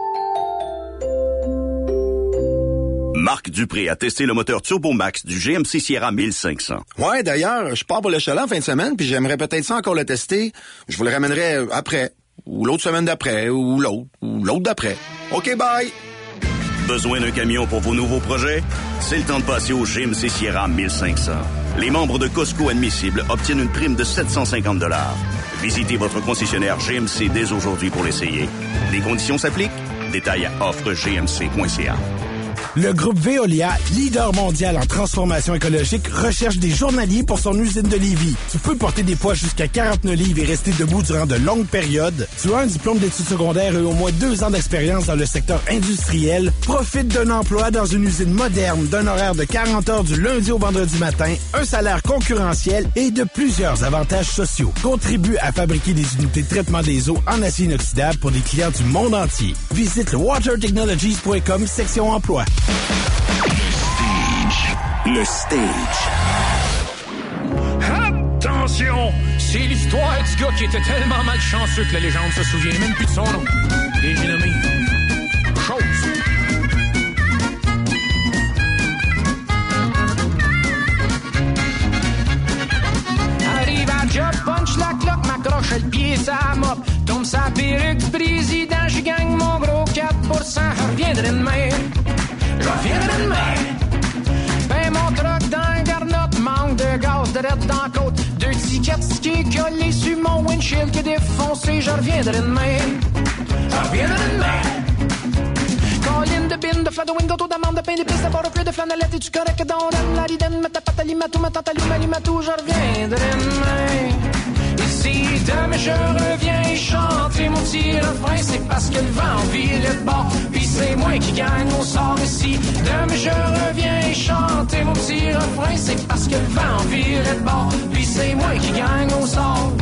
Speaker 21: Marc Dupré a testé le moteur Turbo Max du GMC Sierra 1500.
Speaker 22: Ouais, d'ailleurs, je pars pour le chalet en fin de semaine, puis j'aimerais peut-être ça encore le tester. Je vous le ramènerai après, ou l'autre semaine d'après, ou l'autre d'après. OK, bye!
Speaker 21: Besoin d'un camion pour vos nouveaux projets? C'est le temps de passer au GMC Sierra 1500. Les membres de Costco admissibles obtiennent une prime de 750 $. Visitez votre concessionnaire GMC dès aujourd'hui pour l'essayer. Les conditions s'appliquent? Détails à offregmc.ca.
Speaker 23: Le groupe Veolia, leader mondial en transformation écologique, recherche des journaliers pour son usine de Lévis. Tu peux porter des poids jusqu'à 49 livres et rester debout durant de longues périodes. Tu as un diplôme d'études secondaires et au moins 2 ans d'expérience dans le secteur industriel. Profite d'un emploi dans une usine moderne, d'un horaire de 40 heures du lundi au vendredi matin, un salaire concurrentiel et de plusieurs avantages sociaux. Contribue à fabriquer des unités de traitement des eaux en acier inoxydable pour des clients du monde entier. Visite le watertechnologies.com, section emploi.
Speaker 7: Le Stage.
Speaker 24: Attention! C'est l'histoire du gars qui était tellement malchanceux que la légende se souvient même plus de son nom. Et j'ai nommé Chose. Arrive à job, punch la cloque, m'accroche le pied, ça mop. Tombe sa perruque du président, je gagne mon gros 4%. Je reviendrai demain. Je reviendrai demain. Ben mon truck dans un garnotte, manque de gaz, de raide dans la côte. 2 tickets qui est collé sur mon windshield. chill que défoncé, je reviendrai demain. Je reviendrai demain. Colline de bine, de flan de wingo, d'amande, de pain d'épices, de beurre, de de flanellette, et du correct d'ondane, la ridenne, mets ta pâte à limatou, ma tante à limatou, je reviendrai demain. Et si demain je reviens chanter mon petit refrain, c'est parce que le vent vire de bord, puis c'est moi qui gagne au sort. Et si demain je reviens chanter mon petit refrain, c'est parce que le vent vire de bord, puis c'est moi qui gagne au sort.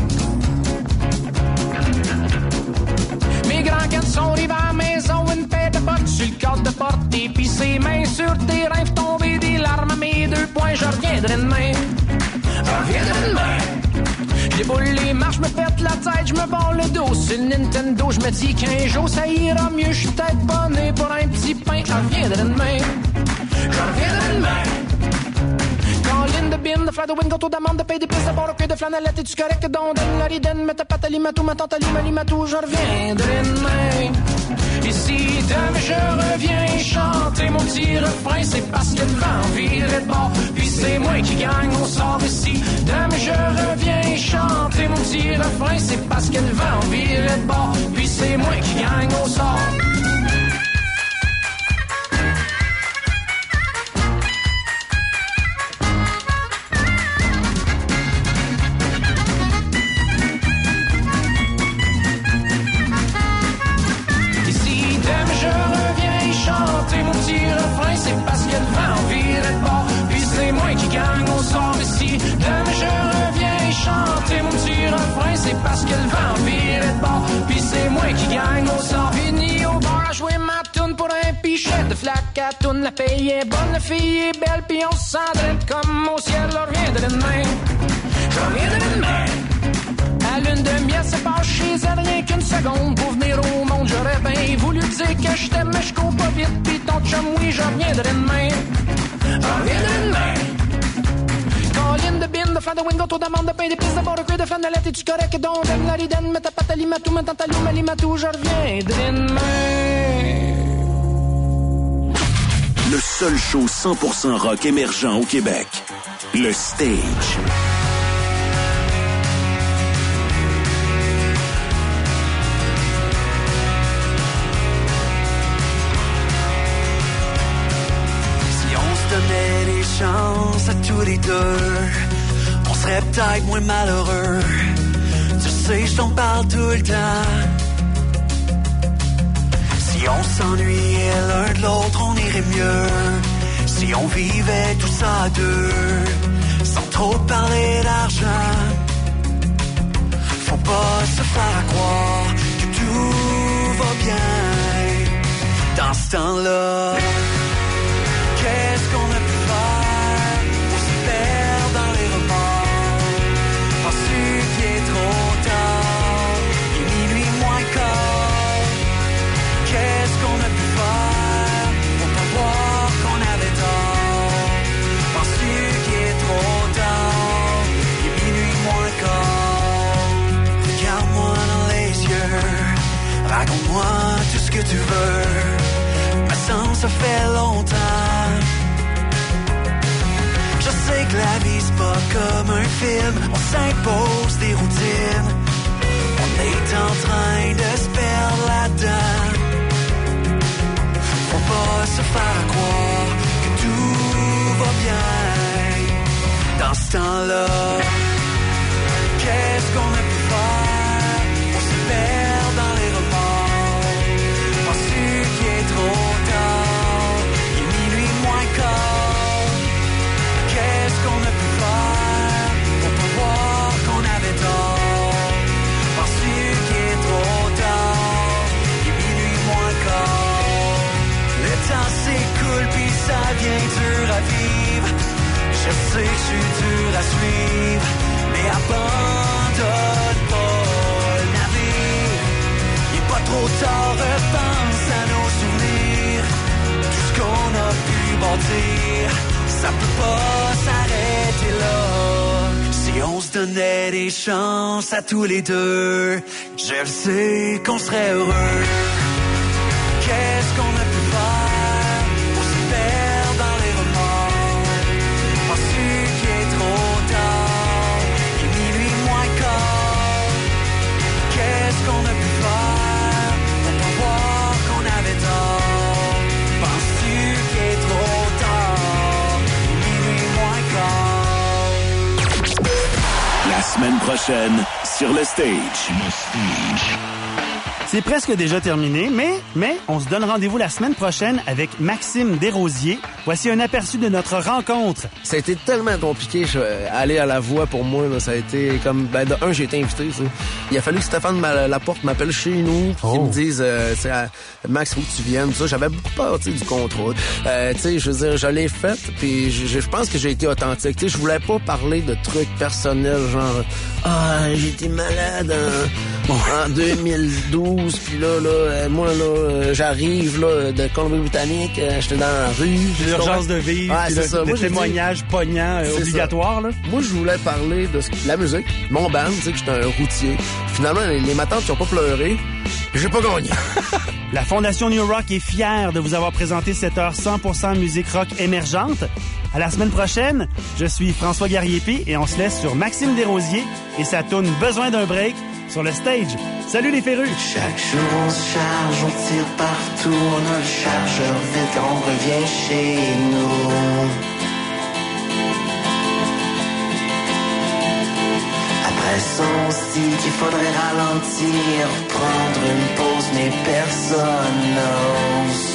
Speaker 24: Mes grands cannes sont arrivés à la maison, une paire de bottes sur le cadre de porte, et puis ses mains sur tes rêves tombés, des larmes à mes 2 points, je reviendrai demain. Je reviendrai demain. J'éboule les marches, me pète la tête, je me barre le dos. Sur le Nintendo, je me dis qu'un jour ça ira mieux. Je suis peut-être pas né pour un petit pain. Je reviendrai demain. Je reviendrai demain. Colline de bine, de fleur de wing, gâteau d'amande, de pain d'épices, de beurre, de flanellette, et du correct d'ondane, la ridenne, mets ta pâte à limatou, ma tante à limatou, je reviendrai demain. Et si demain je reviens chanter mon petit refrain, c'est parce que le vent vire de bord, puis c'est moi qui gagne au sort. Et si demain je reviens chanter mon petit refrain, c'est parce que le vent vire de bord, puis c'est moi qui gagne au sort. C'est parce que le vent vire de bord, puis c'est moi qui gagne au sort. Et si demain je reviens chanter mon petit refrain, c'est parce que le vent vire de bord, puis c'est moi qui gagne au sort. Fini au bar à jouer ma toune pour un pichet de flaque à toune. La paye est bonne, la fille est belle, puis on se sent drette comme au ciel. Je reviendrai demain. Je reviendrai demain. La lune de miel se passe chez elle rien qu'une seconde. Pour venir au monde, j'aurais bien voulu dire que je t'aime, mais je cours pas vite. Pis ton chum, oui, je reviendrai demain. Je reviendrai demain. Colline de bine, de flan de wingo, d'amande, de pain d'épices, de beurre, de flanellette, et du correct d'ondane, la ridenne, mets ta pâte à limatou, ma tante à limatou, je reviendrai demain.
Speaker 7: Le seul show 100% rock émergent au Québec. Le Stage.
Speaker 1: Chance à tous les deux, on serait peut-être moins malheureux. Tu sais, je t'en parle tout le temps. Si on s'ennuyait l'un de l'autre, on irait mieux. Si on vivait tout ça à deux, sans trop parler d'argent. Faut pas se faire croire que tout va bien. Dans ce temps-là, qu'est-ce qu'on a pu faire pour se perdre dans les remords? Penses-tu qu'il est trop tard? Il est minuit moins quart. Qu'est-ce qu'on a pu faire pour pas voir qu'on avait tort? Penses-tu qu'il est trop tard? Il est minuit moins quart. Regarde-moi dans les yeux, raconte-moi tout ce que tu veux. Me semble ça fait longtemps. Je sais que la vie c'est pas comme un film, on s'impose des routines. On est en train de se perdre là-dedans. Faut pas se faire croire que tout va bien. Dans ce temps-là, qu'est-ce qu'on a pu faire pour se perdre dans les remords? Penses-tu qu'il est trop tard? Il est minuit moins quart. Qu'est-ce qu'on a pu faire pour pas voir qu'on avait tort? Penses-tu qu'il est trop tard? Il est minuit moins quart. Le temps s'écoule pis ça devient dur à vivre. Je sais que je suis dur à suivre, mais abandonne pas le navire. Il est pas trop tard, repense à nos souvenirs. Tout ce qu'on a pu bâtir, ça peut pas s'arrêter là. Si on se donnait des chances à tous les deux, je le sais qu'on serait heureux. Qu'est-ce qu'on a pu faire pour se perdre dans les remords? Penses-tu qu'il est trop tard? Il est minuit moins quart.
Speaker 7: prochaine sur le Stage.
Speaker 4: C'est presque déjà terminé, mais on se donne rendez-vous la semaine prochaine avec Maxime Desrosiers. Voici un aperçu de notre rencontre.
Speaker 2: Ça a été tellement compliqué, aller à la voix pour moi. Là, ça a été comme... de un, j'ai été invité. Ça. Il a fallu que Stéphane Laporte m'appelle chez nous, qu'il me dise, Max, faut que tu viennes. Ça, j'avais beaucoup peur du contrat. Je veux dire, je l'ai fait, puis je pense que j'ai été authentique. Je voulais pas parler de trucs personnels, genre, j'étais malade en 2012. Puis là, moi, j'arrive là, de Colombie-Britannique, j'étais dans la rue.
Speaker 4: L'urgence de vivre,
Speaker 2: c'est ça.
Speaker 4: Le témoignage poignant obligatoire. Là.
Speaker 2: Moi, je voulais parler de la musique, mon band, tu sais, que j'étais un routier. Finalement, les matantes qui ont pas pleuré, j'ai pas gagné.
Speaker 4: La Fondation New Rock est fière de vous avoir présenté cette heure 100% musique rock émergente. À la semaine prochaine, je suis François Garriépi et on se laisse sur Maxime Desrosiers et sa toune Besoin d'un break sur le Stage. Salut les férus!
Speaker 10: Chaque jour on se charge, on tire partout, on a le chargeur vide quand on revient chez nous. Après ça on se dit qu'il faudrait ralentir, prendre une pause mais personne n'ose.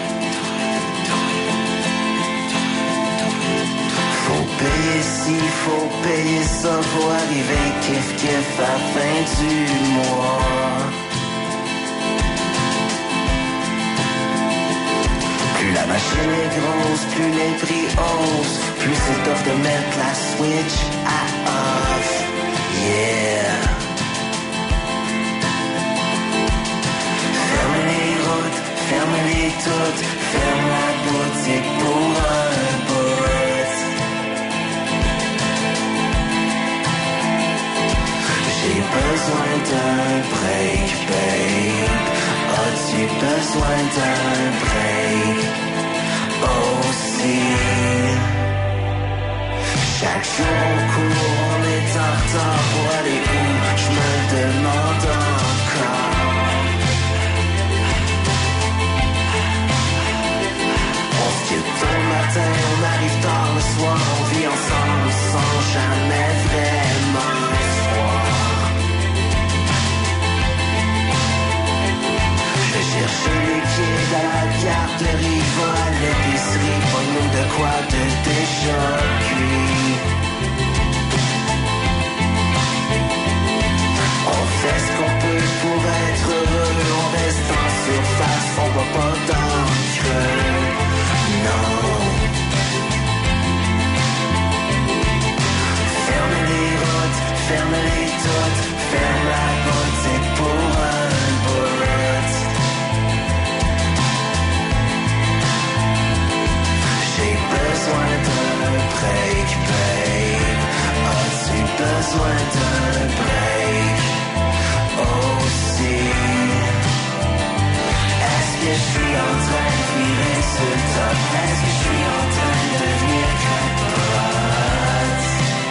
Speaker 10: Faut payer ci, faut payer ça, faut arriver kiff à la fin du mois. Plus la machine est grosse, plus les prix haussent, plus c'est tough de mettre la switch à off. Yeah. Ferme les routes, ferme-les toutes, ferme la boutique pour un bout. J'ai besoin d'un break, babe. As-tu besoin d'un break aussi? Chaque jour on court, on est en retard pour aller où? Je me demande encore. On se quitte tôt le matin, on arrive tard le soir, on vit ensemble sans jamais vraiment se voir. Chercher les kids à la garderie, va à l'épicerie, pas nous de quoi de déjà cuit. On fait ce qu'on peut pour être heureux, on reste en surface, on va pas dans le creux, non. Ferme les routes, ferme les toutes, ferme la boutique pour un bout. J'ai besoin d'un break, babe. As-tu besoin d'un break aussi? Est-ce que je suis en train de virer sur le top? Est-ce que je suis en train de devenir capote?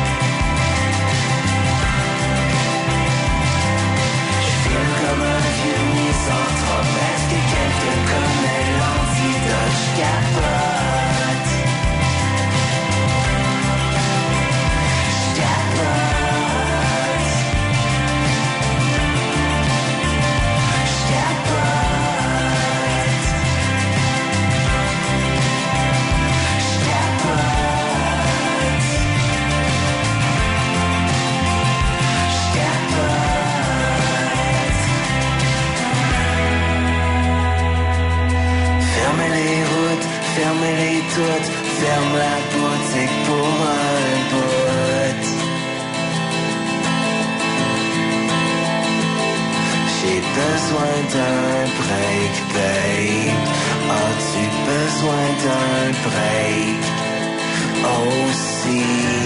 Speaker 10: Je filme comme un vieux misanthrope. Est-ce que quelqu'un connaît l'antidote? Je capote. Fermez-les toutes, ferme la boutique pour un bout. J'ai besoin d'un break, babe. As-tu besoin d'un break aussi?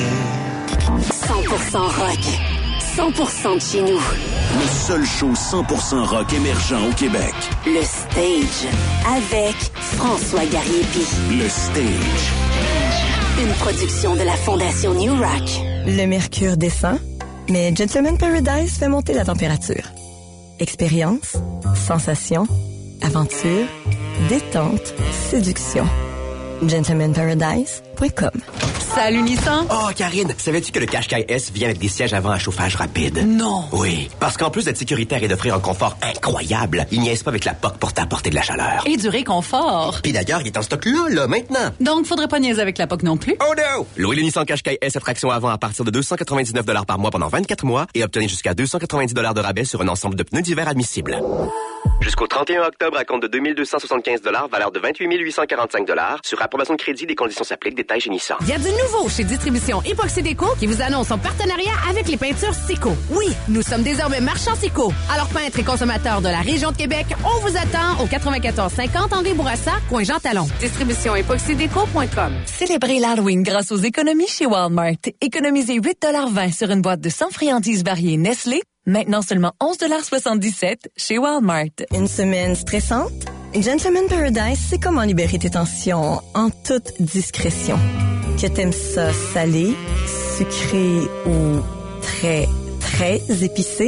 Speaker 8: 100% rock, 100% de chez nous.
Speaker 7: Le seul show 100% rock émergent au Québec.
Speaker 8: Le Stage, avec François Garriépi.
Speaker 7: Le Stage.
Speaker 8: Une production de la Fondation New Rock.
Speaker 3: Le mercure descend, mais Gentleman Paradise fait monter la température. Expérience, sensation, aventure, détente, séduction. Gentleman Paradise,
Speaker 5: Salut Nissan.
Speaker 6: Oh, Karine, savais-tu que le Qashqai S vient avec des sièges avant à chauffage rapide?
Speaker 5: Non.
Speaker 6: Oui, parce qu'en plus d'être sécuritaire et d'offrir un confort incroyable, il niaise pas avec la POC pour t'apporter de la chaleur.
Speaker 5: Et du réconfort.
Speaker 6: Puis d'ailleurs, il est en stock là, maintenant.
Speaker 5: Donc, faudrait pas niaiser avec la POC non plus.
Speaker 6: Oh no! Louez le Nissan Qashqai S à traction avant à partir de 299 $ par mois pendant 24 mois et obtenez jusqu'à 290 $ de rabais sur un ensemble de pneus d'hiver admissibles. Jusqu'au 31 octobre, à compte de 2275 $, valeur de 28 845 $. Sur approbation de crédit, des conditions s'appliquent. Détails chez Nissan.
Speaker 9: Il y a du nouveau chez Distribution Époxy Déco qui vous annonce son partenariat avec les peintures Sico. Oui, nous sommes désormais marchands Sico. Alors peintres et consommateurs de la région de Québec, on vous attend au 9450 Henri Bourassa, coin Jean Talon. Distributionépoxydéco.com.
Speaker 18: Célébrez l'Halloween grâce aux économies chez Walmart. Économisez 8,20 $ sur une boîte de 100 friandises variées Nestlé. Maintenant seulement 11,77 $ chez Walmart.
Speaker 3: Une semaine stressante? Gentleman Paradise, c'est comment libérer tes tensions en toute discrétion. Que t'aimes ça salé, sucré ou très, très épicé?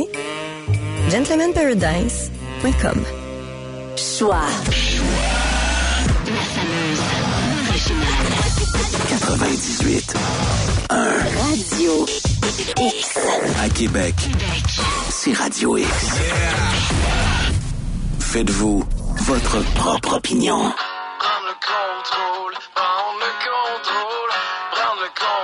Speaker 3: GentlemanParadise.com.
Speaker 8: Choix. La fameuse originale.
Speaker 7: 98. 1.
Speaker 8: Radio X.
Speaker 7: À Québec, c'est Radio X. Faites-vous votre propre opinion.
Speaker 10: Prendre le contrôle, prendre le contrôle, prendre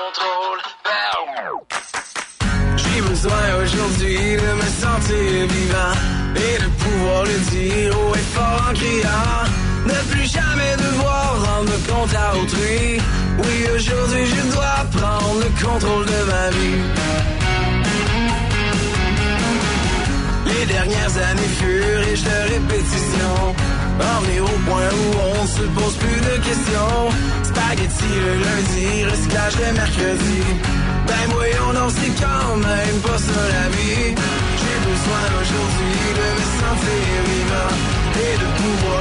Speaker 10: le contrôle. J'ai besoin aujourd'hui de me sentir vivant et de pouvoir le dire haut et fort en criant. Ne plus jamais devoir rendre compte à autrui. Oui, aujourd'hui je dois prendre le contrôle de ma vie. Les dernières années furent riches de répétitions, emmenées au point où on se pose plus de questions. Spaghetti le lundi, recyclage le mercredi. Ben voyons donc, c'est quand même pas ça la vie. J'ai besoin aujourd'hui de me sentir vivant et de pouvoir